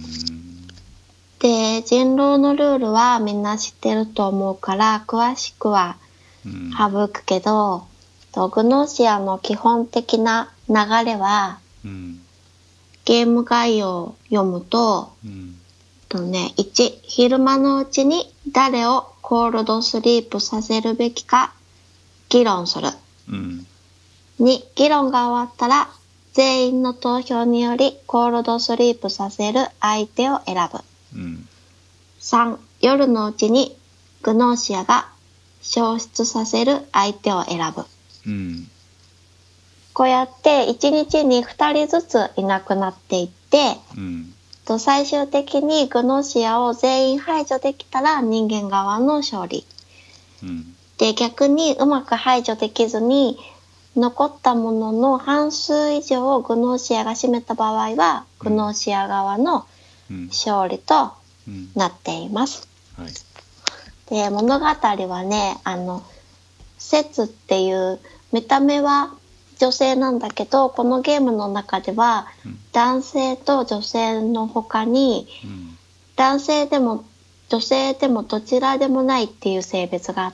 で、人狼のルールはみんな知ってると思うから詳しくは省くけど、グノーシアの基本的な流れは、ゲーム概要を読むと、1、昼間のうちに誰をコールドスリープさせるべきか議論する。2、議論が終わったら全員の投票によりコールドスリープさせる相手を選ぶ。3、夜のうちにグノーシアが消失させる相手を選ぶ。こうやって1日に2人ずついなくなっていって、最終的にグノーシアを全員排除できたら人間側の勝利。で、逆にうまく排除できずに残ったものの半数以上をグノーシアが占めた場合は、グノーシア側の勝利となっています。で、物語はね、セツっていう見た目は女性なんだけど、このゲームの中では男性と女性の他に、男性でも女性でもどちらでもないっていう性別があって、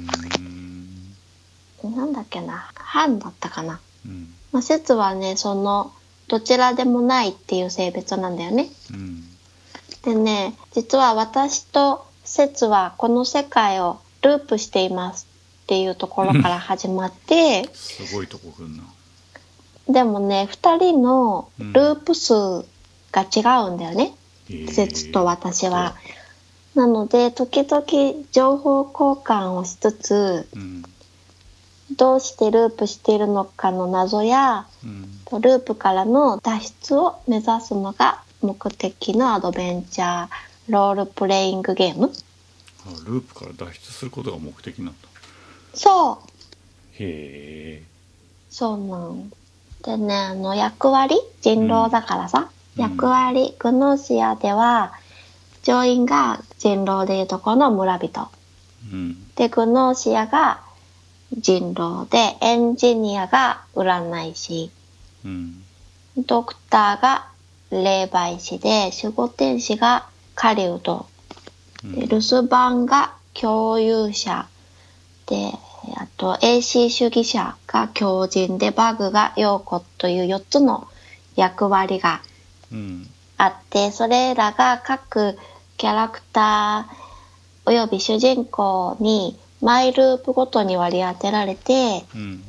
なんだっけな、半だったかな。セツはね、そのどちらでもないっていう性別なんだよね。でね、実は私とセツはこの世界をループしていますっていうところから始まってすごいとこ来んな。 でもね、2人のループ数が違うんだよね、セツと私は。なので時々情報交換をしつつ、どうしてループしているのかの謎や、ループからの脱出を目指すのが目的のアドベンチャーロールプレイングゲーム。 ループから脱出することが目的なんだ。 そう。 へえ。 そうなんでね、役割人狼だからさ、役割グノーシアでは乗員が人狼でいうところの村人、でグノーシアが人狼で、エンジニアが占い師、ドクターが霊媒師で、守護天使が狩人、で留守番が共有者で、あと AC 主義者が狂人で、バグが陽子という4つの役割があって、それらが各キャラクターおよび主人公にマイループごとに割り当てられて、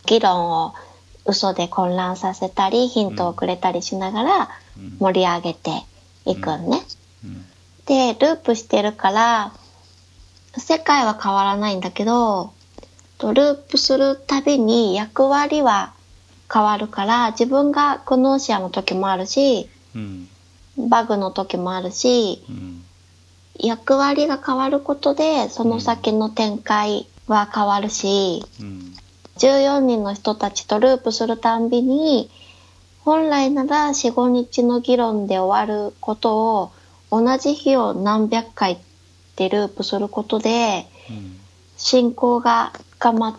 議論を嘘で混乱させたりヒントをくれたりしながら盛り上げていくんね。でループしてるから世界は変わらないんだけど、ループするたびに役割は変わるから、自分がグノーシアの時もあるし、バグの時もあるし、役割が変わることでその先の展開は変わるし、14人の人たちとループするたんびに、本来なら 4,5 日の議論で終わることを同じ日を何百回ってループすることで、信仰が深まって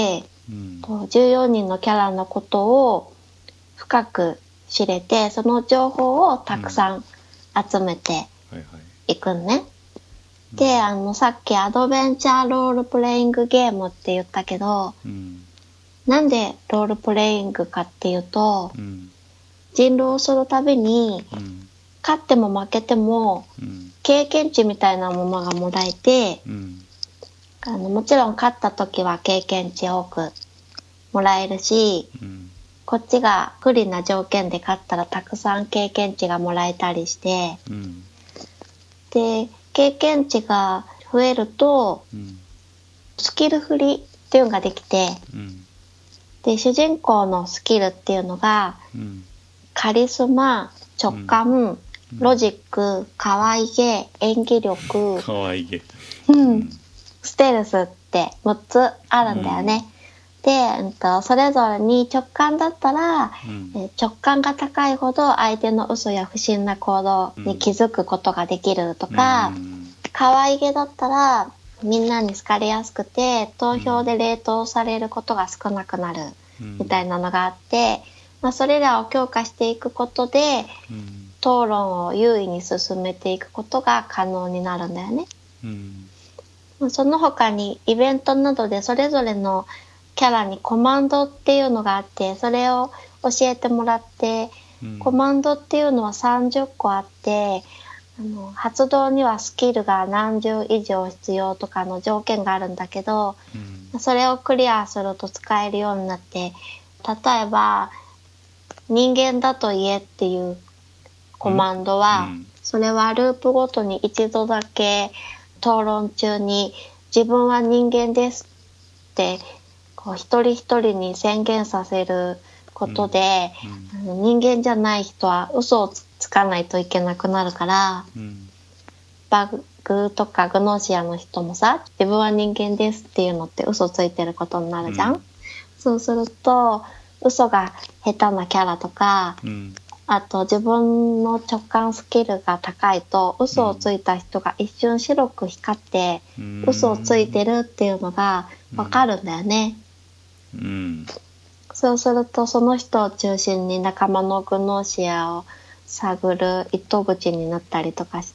、14人のキャラのことを深く知れて、その情報をたくさん集めていくんね。で、さっきアドベンチャーロールプレイングゲームって言ったけど、なんでロールプレイングかっていうと、人狼をするたびに、勝っても負けても、経験値みたいなものがもらえて、もちろん勝った時は経験値多くもらえるし、こっちが不利な条件で勝ったらたくさん経験値がもらえたりして、で経験値が増えると、スキル振りっていうのができて、で主人公のスキルっていうのが、カリスマ、直感、ロジック、可愛げ、演技力、 可愛げ、 ステルスって6つあるんだよね。で、それぞれに直感だったら、直感が高いほど相手の嘘や不審な行動に気づくことができるとか、可愛げだったらみんなに好かれやすくて投票で冷凍されることが少なくなるみたいなのがあって、それらを強化していくことで、討論を優位に進めていくことが可能になるんだよね。その他にイベントなどでそれぞれのキャラにコマンドっていうのがあって、それを教えてもらって、コマンドっていうのは30個あって、発動にはスキルが何十以上必要とかの条件があるんだけど、それをクリアすると使えるようになって、例えば人間だと言えっていうコマンドは、それはループごとに一度だけ討論中に自分は人間ですって一人一人に宣言させることで、人間じゃない人は嘘をつかないといけなくなるから、バグとかグノーシアの人もさ、自分は人間ですっていうのって嘘ついてることになるじゃん。そうすると嘘が下手なキャラとか、あと自分の直感スキルが高いと嘘をついた人が一瞬白く光って嘘をついてるっていうのがわかるんだよね。そうするとその人を中心に仲間のグノーシアを探る糸口になったりとかして、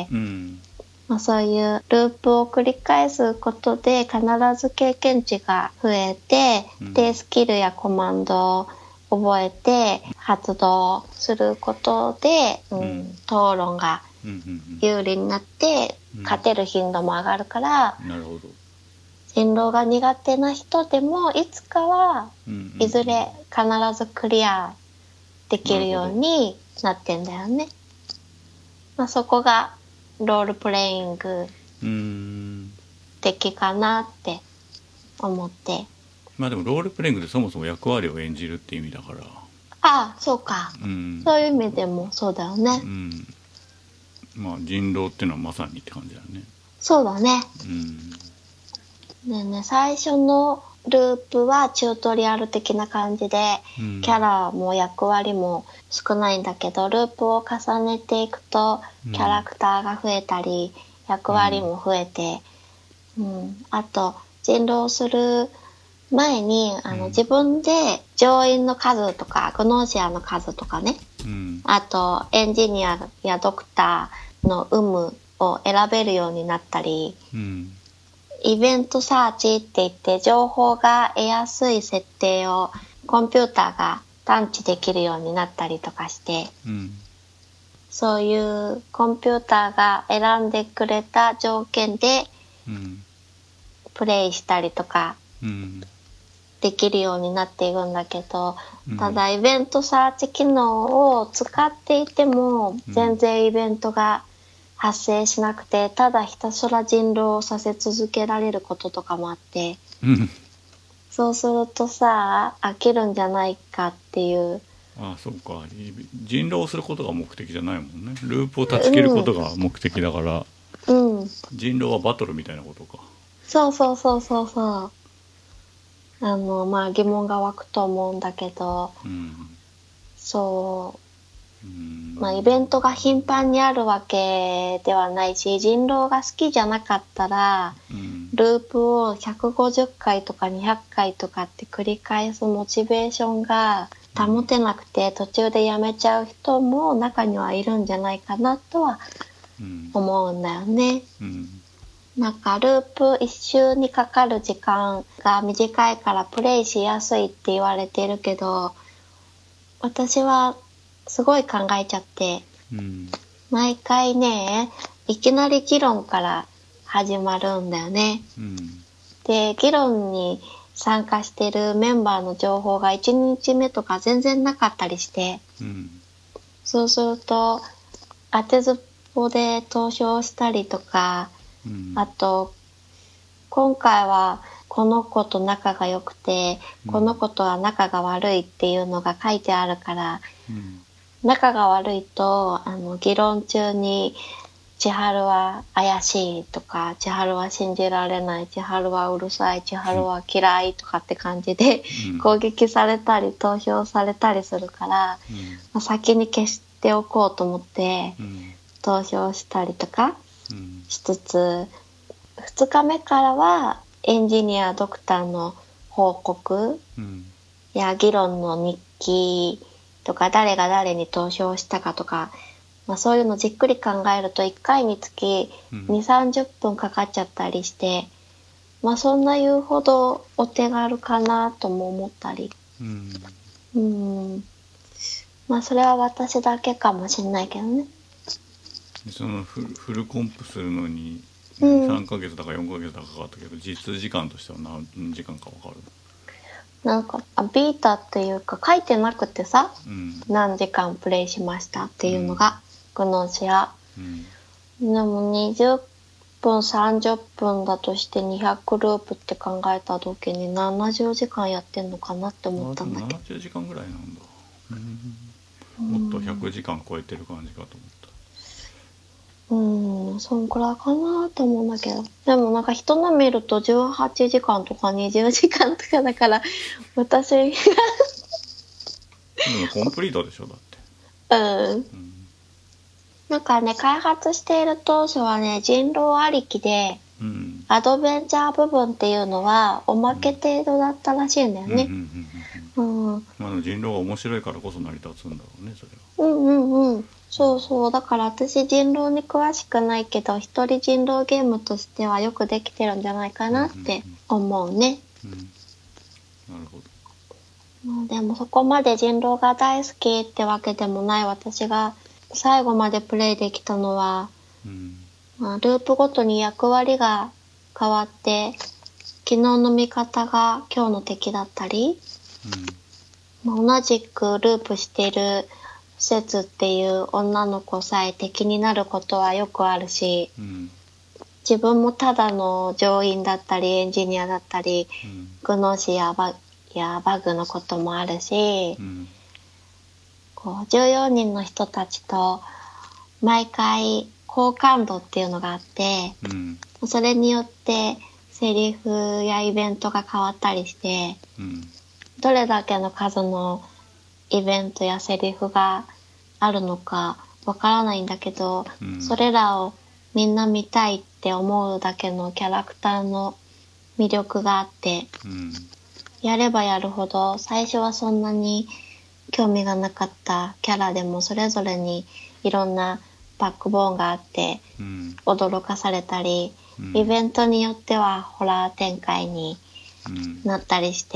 そういうループを繰り返すことで必ず経験値が増えて、でスキルやコマンドを覚えて発動することで、討論が有利になって勝てる頻度も上がるから、 なるほど。 人狼が苦手な人でもいつかはいずれ必ずクリアできるようになってんだよね。そこがロールプレイング的かなって思って。 でもロールプレイングでそもそも役割を演じるって意味だから。 ああ、そうか、そういう意味でもそうだよね。 人狼っていうのはまさにって感じだよね。 そうだね。でね、最初のループはチュートリアル的な感じで、キャラも役割も少ないんだけど、ループを重ねていくとキャラクターが増えたり、役割も増えて、あと人狼する前に自分で乗員の数とかグノーシアの数とかね、あとエンジニアやドクターの有無を選べるようになったり、イベントサーチって言って情報が得やすい設定をコンピューターが探知できるようになったりとかして、そういうコンピューターが選んでくれた条件でプレイしたりとかできるようになっていくんだけど、ただイベントサーチ機能を使っていても全然イベントが発生しなくて、ただひたすら人狼をさせ続けられることとかもあって、そうするとさ、飽きるんじゃないかっていう。 ああ、そうか。人狼をすることが目的じゃないもんね。ループを断ち切ることが目的だから、人狼はバトルみたいなことか。 そうそうそうそうそう。まあ疑問が湧くと思うんだけど、そう、まあイベントが頻繁にあるわけではないし、人狼が好きじゃなかったら、ループを150回とか200回とかって繰り返すモチベーションが保てなくて途中でやめちゃう人も中にはいるんじゃないかなとは思うんだよね。なんかループ一周にかかる時間が短いからプレイしやすいって言われてるけど、私はすごい考えちゃって、毎回ね、いきなり議論から始まるんだよね。で、議論に参加してるメンバーの情報が1日目とか全然なかったりして、そうすると当てずっぽで投票したりとか、あと今回はこの子と仲が良くて、この子とは仲が悪いっていうのが書いてあるから、仲が悪いと議論中に千春は怪しいとか、千春は信じられない、千春はうるさい、千春は嫌いとかって感じで、攻撃されたり投票されたりするから、先に消しておこうと思って、投票したりとかしつつ、2日目からはエンジニアドクターの報告や議論の日記とか、誰が誰に投票したかとか、そういうのじっくり考えると1回につき2、30分かかっちゃったりして、そんな言うほどお手軽かなとも思ったり、それは私だけかもしれないけどね。 そのフルコンプするのに3ヶ月だか4ヶ月だかかかったけど、実時間としては何時間か分かる？ なんかビータっていうか書いてなくてさ、何時間プレイしましたっていうのが、グノーシア、でも20分30分だとして200ループって考えた時に70時間やってんのかなって思ったんだけど。 70時間ぐらいなんだ。もっと100時間超えてる感じかと思った。 そんくらいかなと思うんだけど、でもなんか人の見ると18時間とか20時間とかだから、私がでもコンプリートでしょ、だって。 なんかね、開発している当初はね、人狼ありきで、アドベンチャー部分っていうのはおまけ程度だったらしいんだよね。 人狼が面白いからこそ成り立つんだろうね、それは。 そうそう。だから私人狼に詳しくないけど、一人人狼ゲームとしてはよくできてるんじゃないかなって思うね。 なるほど。でもそこまで人狼が大好きってわけでもない私が最後までプレイできたのは、ループごとに役割が変わって、昨日の味方が今日の敵だったり、同じくループしている施設っていう女の子さえ敵になることはよくあるし、自分もただの乗員だったりエンジニアだったり、グノーシやバグのこともあるし、14人の人たちと毎回好感度っていうのがあって、それによってセリフやイベントが変わったりして、どれだけの数のイベントやセリフがあるのかわからないんだけど、それらをみんな見たいって思うだけのキャラクターの魅力があって、やればやるほど最初はそんなに興味がなかったキャラでもそれぞれにいろんなバックボーンがあって、驚かされたり、イベントによってはホラー展開になったりして、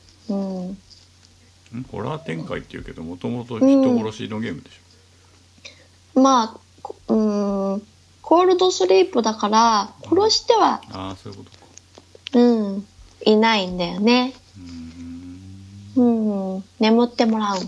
ホラー展開っていうけど、もともと人殺しのゲームでしょ。コールドスリープだから殺しては、 そういうことか。 いないんだよね。 眠ってもらう。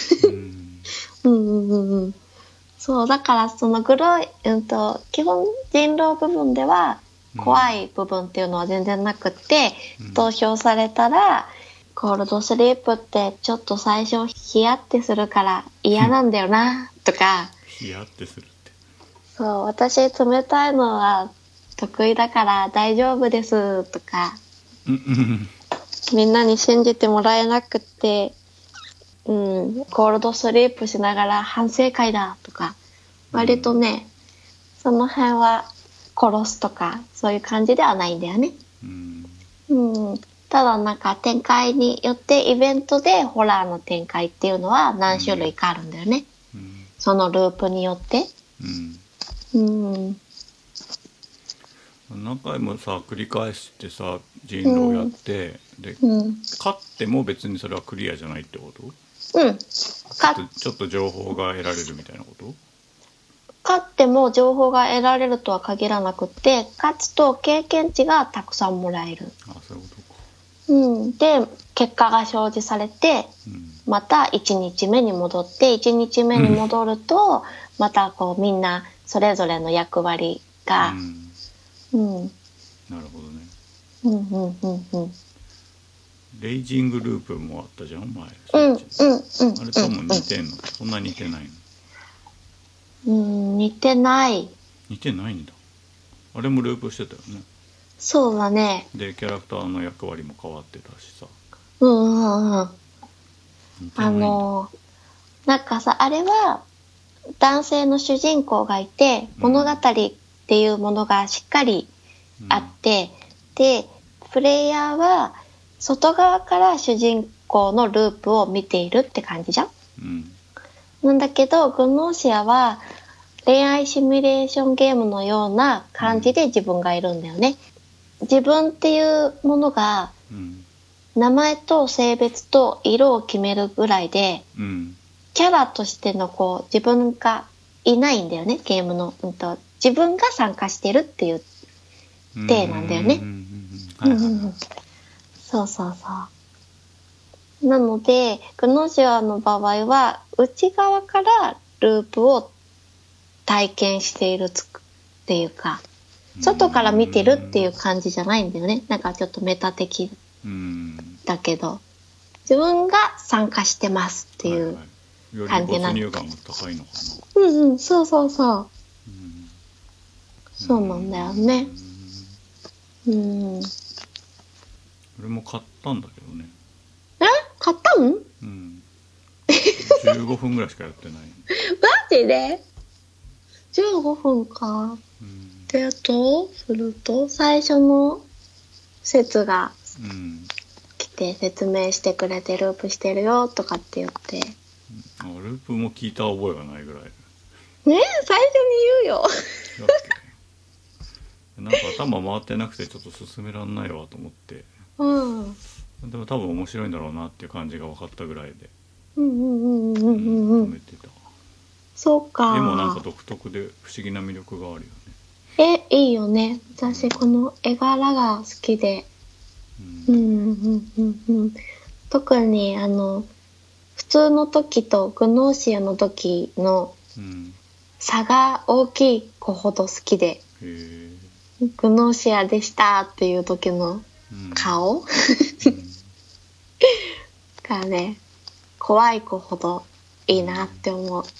そうだからその黒い、基本人狼部分では怖い部分っていうのは全然なくって、投票されたらコールドスリープってちょっと最初ヒヤってするから嫌なんだよなとかヒヤってするって、 そう私冷たいのは得意だから大丈夫ですとかみんなに信じてもらえなくてコールドスリープしながら反省会だとか割とね、その辺は殺すとかそういう感じではないんだよね。ただなんか展開によってイベントでホラーの展開っていうのは何種類かあるんだよね。そのループによって。 何回もさ繰り返してさ人狼やって、で、勝っても別にそれはクリアじゃないってこと？ちょっと情報が得られるみたいなこと？ 勝っても情報が得られるとは限らなくて、勝つと経験値がたくさんもらえる。 あ、そういうことか。で結果が表示されて、また1日目に戻って1日目に戻ると、またこうみんなそれぞれの役割が、なるほどね。レイジングループもあったじゃん前。あれとも似てんの？そんな似てないの？似てない。 似てないんだ。あれもループしてたよね。 そうだね。 でキャラクターの役割も変わってたしさ。 なんかさあれは男性の主人公がいて、物語っていうものがしっかりあって、でプレイヤーは外側から主人公のループを見ているって感じじゃん。なんだけどグノーシアは恋愛シミュレーションゲームのような感じで自分がいるんだよね。自分っていうものが名前と性別と色を決めるぐらいで、キャラとしてのこう自分がいないんだよね。ゲームの、自分が参加してるっていう体なんだよね。そうそうそう。なのでグノシアの場合は内側からループを体験しているっていうか、外から見てるっていう感じじゃないんだよね。なんかちょっとメタ的だけど、自分が参加してますっていう感じなんだ。 より没入感が高いのかな。そうそうそう。そうなんだよね。 俺も買ったんだけどね。 買ったん ？15分ぐらいしかやってない。マジで？15分か。であとすると最初の説が来て説明してくれてループしてるよとかって言って、 ループも聞いた覚えがないぐらい。 最初に言うよ。 なんか頭回ってなくてちょっと進めらんないわと思って、でも多分面白いんだろうなっていう感じが分かったぐらいで止めてた。 そうか。 絵もなんか独特で不思議な魅力があるよね。 いいよね。私この絵柄が好きで、特に普通の時とグノーシアの時の差が大きい子ほど好きで、グノーシアでしたっていう時の顔、がね、怖い子ほどいいなって思う。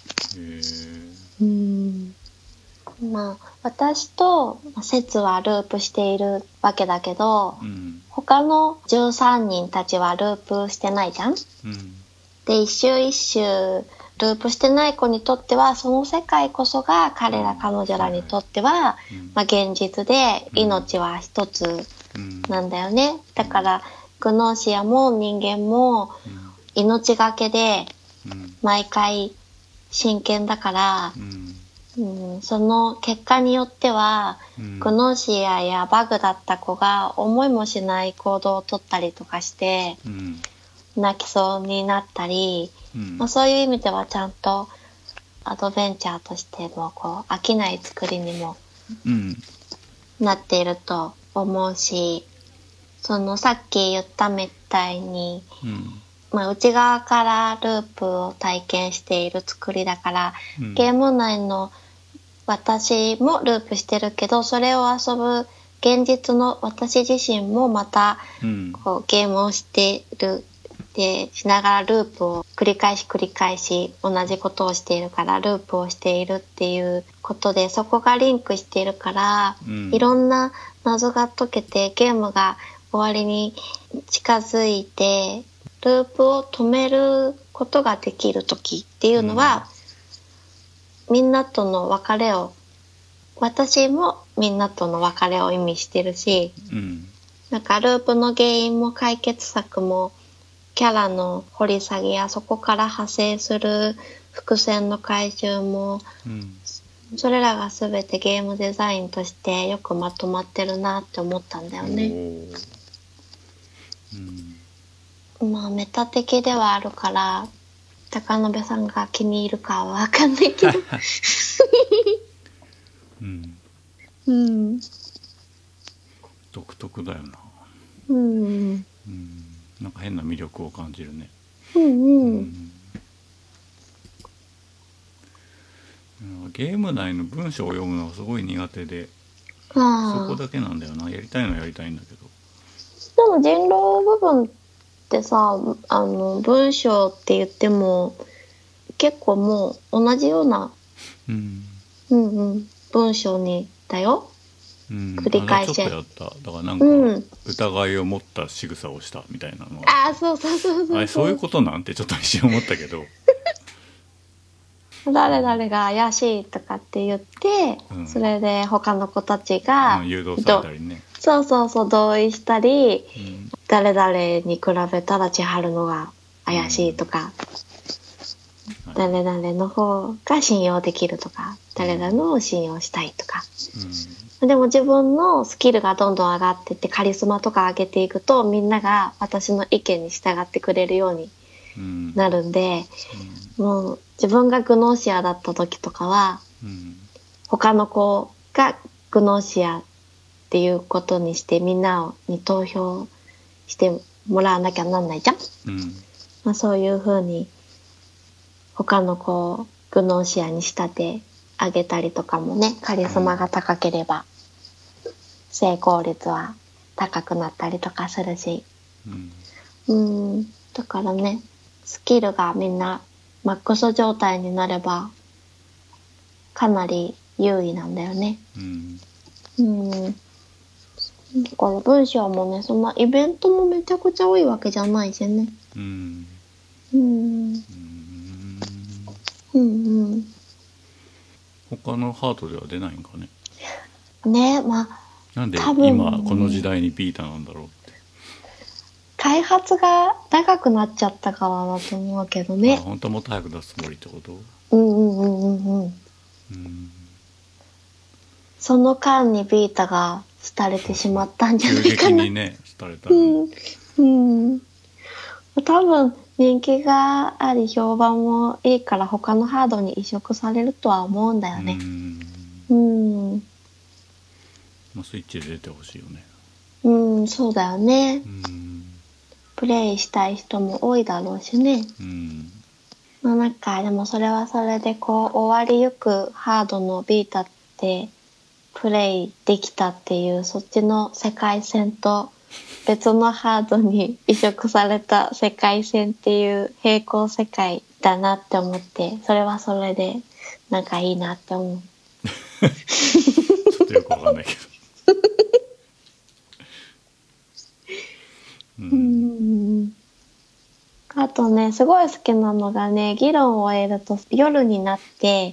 まあ私と節はループしているわけだけど、他の13人たちはループしてないじゃん。で一周一周ループしてない子にとってはその世界こそが彼ら彼女らにとっては、現実で命は一つなんだよね。だからグノーシアも人間も命がけで毎回真剣だから、その結果によっては、グノーシアやバグだった子が思いもしない行動をとったりとかして、泣きそうになったり、そういう意味ではちゃんとアドベンチャーとしてもこう飽きない作りにもなっていると思うし、そのさっき言ったみたいに、 内側からループを体験している作りだから、ゲーム内の私もループしてるけど、それを遊ぶ現実の私自身もまたこうゲームをしてるでしながらループを繰り返し同じことをしているからループをしているっていうことで、そこがリンクしているから、いろんな謎が解けてゲームが終わりに近づいてループを止めることができる時っていうのは、みんなとの別れを、私もみんなとの別れを意味してるし、なんかループの原因も解決策もキャラの掘り下げやそこから派生する伏線の回収も、それらが全てゲームデザインとしてよくまとまってるなって思ったんだよね。メタ的ではあるから高鍋さんが気に入るかは分かんないけど独特だよな。なんか変な魅力を感じるね。ゲーム内の文章を読むのがすごい苦手で、そこだけなんだよな。やりたいのはやりたいんだけど。 でも人狼部分ってさ、文章って言っても結構もう同じような、文章にだよ。繰り返し。 ちょっとやった。だからなんか疑いを持った仕草をしたみたいなのは。 そうあれそういうことなんてちょっと一瞬思ったけど。 誰々が怪しいとかって言って、それで他の子たちが、 誘導されたりね。 同意したり、誰々に比べたら千春のが怪しいとか、誰々の方が信用できるとか、誰々のを信用したいとか。でも自分のスキルがどんどん上がってってカリスマとか上げていくと、みんなが私の意見に従ってくれるようになるんで、もう自分がグノーシアだった時とかは、他の子がグノーシアっていうことにしてみんなに投票してもらわなきゃなんないじゃん。そういう風に他の子をグノーシアに仕立て上げたりとかもね、カリスマが高ければ成功率は高くなったりとかするし、だからね、スキルがみんなマックス状態になればかなり優位なんだよね。この文章もね、そんなイベントもめちゃくちゃ多いわけじゃないしね。 他のハートでは出ないんかね。なんで今この時代にビータなんだろうって。 開発が長くなっちゃったからだと思うけどね。 本当はもっと早く出すつもりってこと？ その間にビータが廃れてしまったんじゃないかな。 急激にね、廃れたね。 多分人気があり評判もいいから他のハードに移植されるとは思うんだよね。 スイッチで出てほしいよね。 そうだよね。プレイしたい人も多いだろうしね。なんかでもそれはそれでこう終わりゆくハードのビータってプレイできたっていうそっちの世界線と別のハードに移植された世界線っていう平行世界だなって思って、それはそれでなんかいいなって思う。 ちょっとよくわかんないけど。 あとね、すごい好きなのがね、議論を終えると夜になって、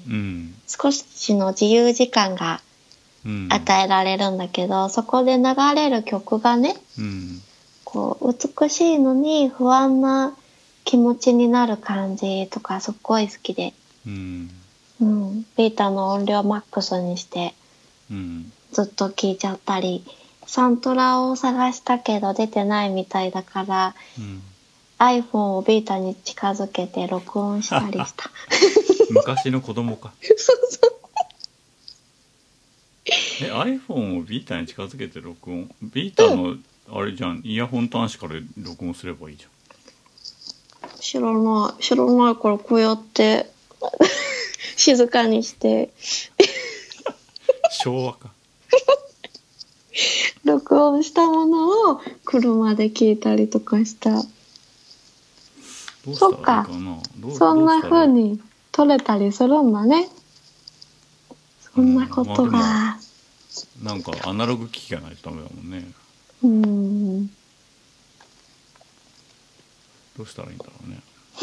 少しの自由時間が与えられるんだけど、そこで流れる曲がね、こう美しいのに不安な気持ちになる感じとかすっごい好きで、ビータの音量マックスにして、ずっと聴いちゃったり、サントラを探したけど出てないみたいだから、iPhone をビータに近づけて録音したりした。 昔の子供か。iPhone をビータに近づけて録音。ビータのあれじゃん、イヤホン端子から録音すればいいじ知らないからこうやって静かにして昭和か録音したものを車で聞いたりとかした。 どうしたらいいかな。 そんな風に撮れたりするんだね。そんなことが、 なんかアナログ機器がないとダメだもんね。どうしたらいいんだろうね。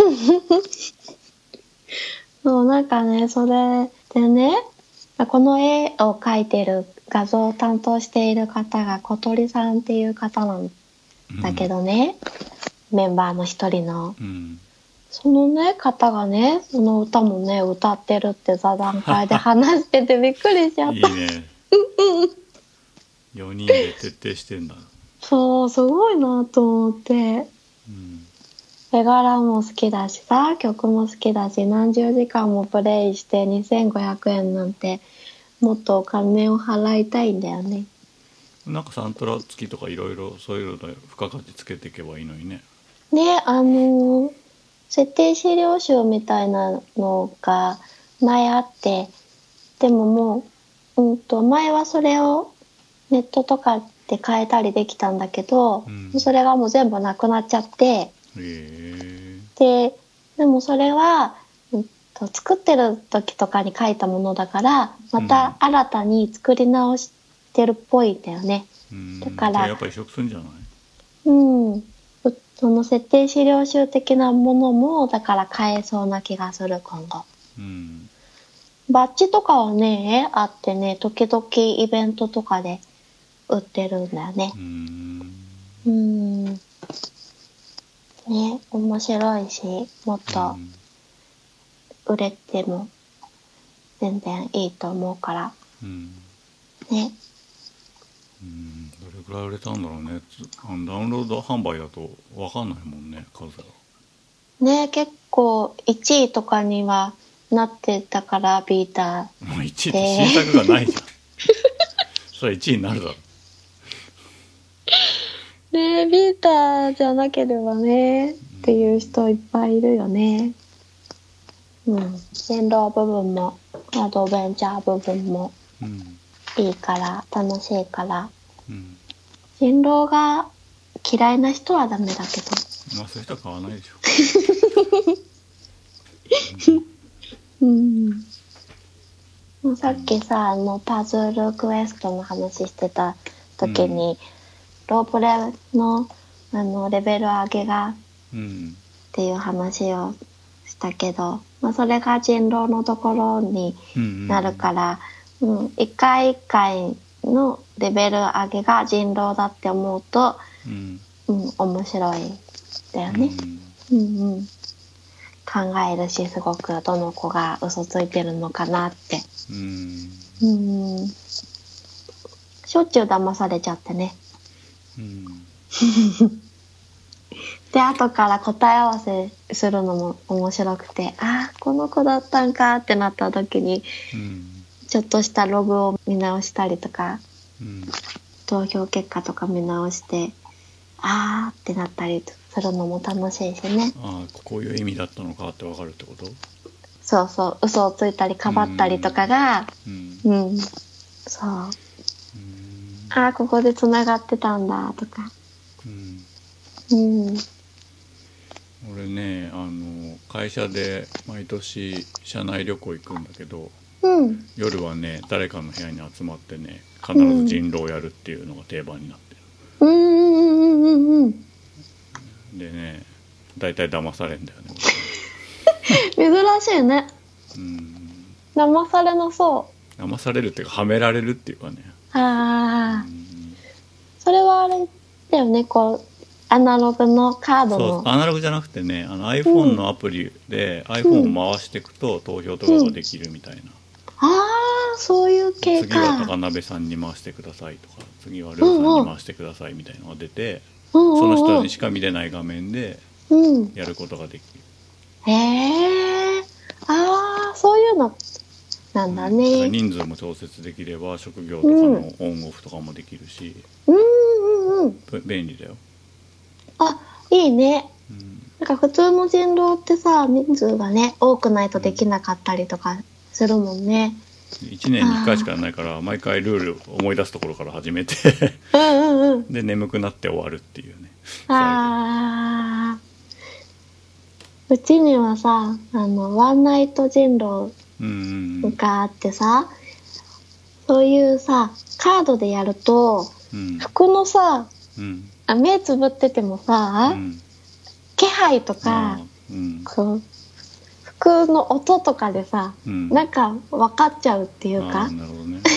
そうなんかね、それでね、この絵を描いてる画像を担当している方が小鳥さんっていう方なんだけどね、メンバーの一人の、そのね方がね、その歌もね歌ってるって座談会で話しててびっくりしちゃった。いいね。4人で徹底してんだ。 そうすごいなと思って、絵柄も好きだしさ、曲も好きだし、何十時間もプレイして2500円なんてもっとお金を払いたいんだよね。 なんかサントラ付きとかいろいろそういうので付加価値つけていけばいいのにね。 ね、設定資料集みたいなのが前あって、でももう、前はそれをネットとかで買えたりできたんだけど、それがもう全部なくなっちゃって、でもそれは、作ってる時とかに書いたものだからまた新たに作り直してるっぽいんだよね。だからやっぱり移植するんじゃない？ その設定資料集的なものもだから買えそうな気がする今後。バッジとかはねあってね、時々イベントとかで売ってるんだよね。ね、面白いし、もっと売れても全然いいと思うから、ね。 どれくらい売れたんだろうね。ダウンロード販売だと分かんないもんね、数が。 ね、結構1位とかにはなってたから、ビーター。 もう1位って新作がないじゃん。それ1位になるだろ。 ね、ビーターじゃなければね、っていう人いっぱいいるよね。人狼部分もアドベンチャー部分もいいから楽しいから、人狼が嫌いな人はダメだけど、 まあそういう人は買わないでしょ。 さっきさパズルクエストの話してた時に、ロープレのレベル上げがっていう話をしたけど、それが人狼のところになるから、一回一回のレベル上げが人狼だって思うと、面白いだよね。考えるし、すごくどの子が嘘ついてるのかなって。しょっちゅう騙されちゃってね。で後から答え合わせするのも面白くて、あこの子だったんかってなった時に、ちょっとしたログを見直したりとか、投票結果とか見直してあーってなったりするのも楽しいしね。 こういう意味だったのかって分かるってこと？ そうそう、嘘をついたりかばったりとかが、そう、ここでつながってたんだとか。 俺ね、会社で毎年社内旅行行くんだけど、夜はね誰かの部屋に集まってね必ず人狼をやるっていうのが定番になってる。でね、だいたい騙されんだよね。 珍しいね。騙されなそう。 騙されるっていうかはめられるっていうかね。 それはあれだよね、こうアナログのカードの。 そう、アナログじゃなくてね、iPhone のアプリで iPhone を回していくと投票とかができるみたいな。 そういう系か。 次は高鍋さんに回してくださいとか、次はルーさんに回してくださいみたいなのが出て、その人にしか見れない画面でやることができる。 そういうのなんだね。 人数も調節できれば職業とかのオンオフとかもできるし、便利だよ。 いいね。 なんか普通の人狼ってさ、人数がね多くないとできなかったりとかするもんね。 1年に1回しかないから毎回ルール思い出すところから始めてで眠くなって終わるっていうね。 うちにはさワンナイト人狼があってさ、そういうさカードでやると、服のさ、目つぶっててもさ、気配とか、こう服の音とかでさ、なんか分かっちゃうっていうか。 なるほどね。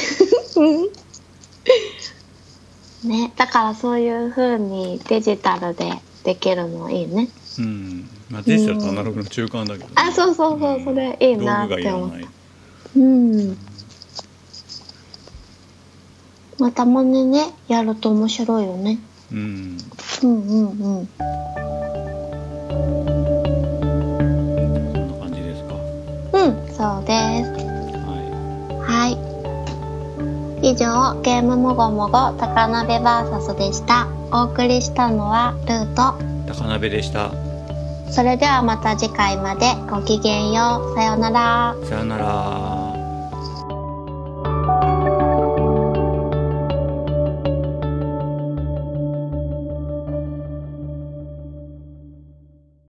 ね、だからそういう風にデジタルでできるのいいね。 まあ、デジタルとアナログの中間だけど、ね、 そう、それいいなって思った。まあたまにねやると面白いよね。 こんな感じですか。 そうです。はい。以上ゲームもごもご高鍋バーサスでした。お送りしたのはルーと高鍋でした。 それではまた次回までごきげんよう。さようなら。 さようなら。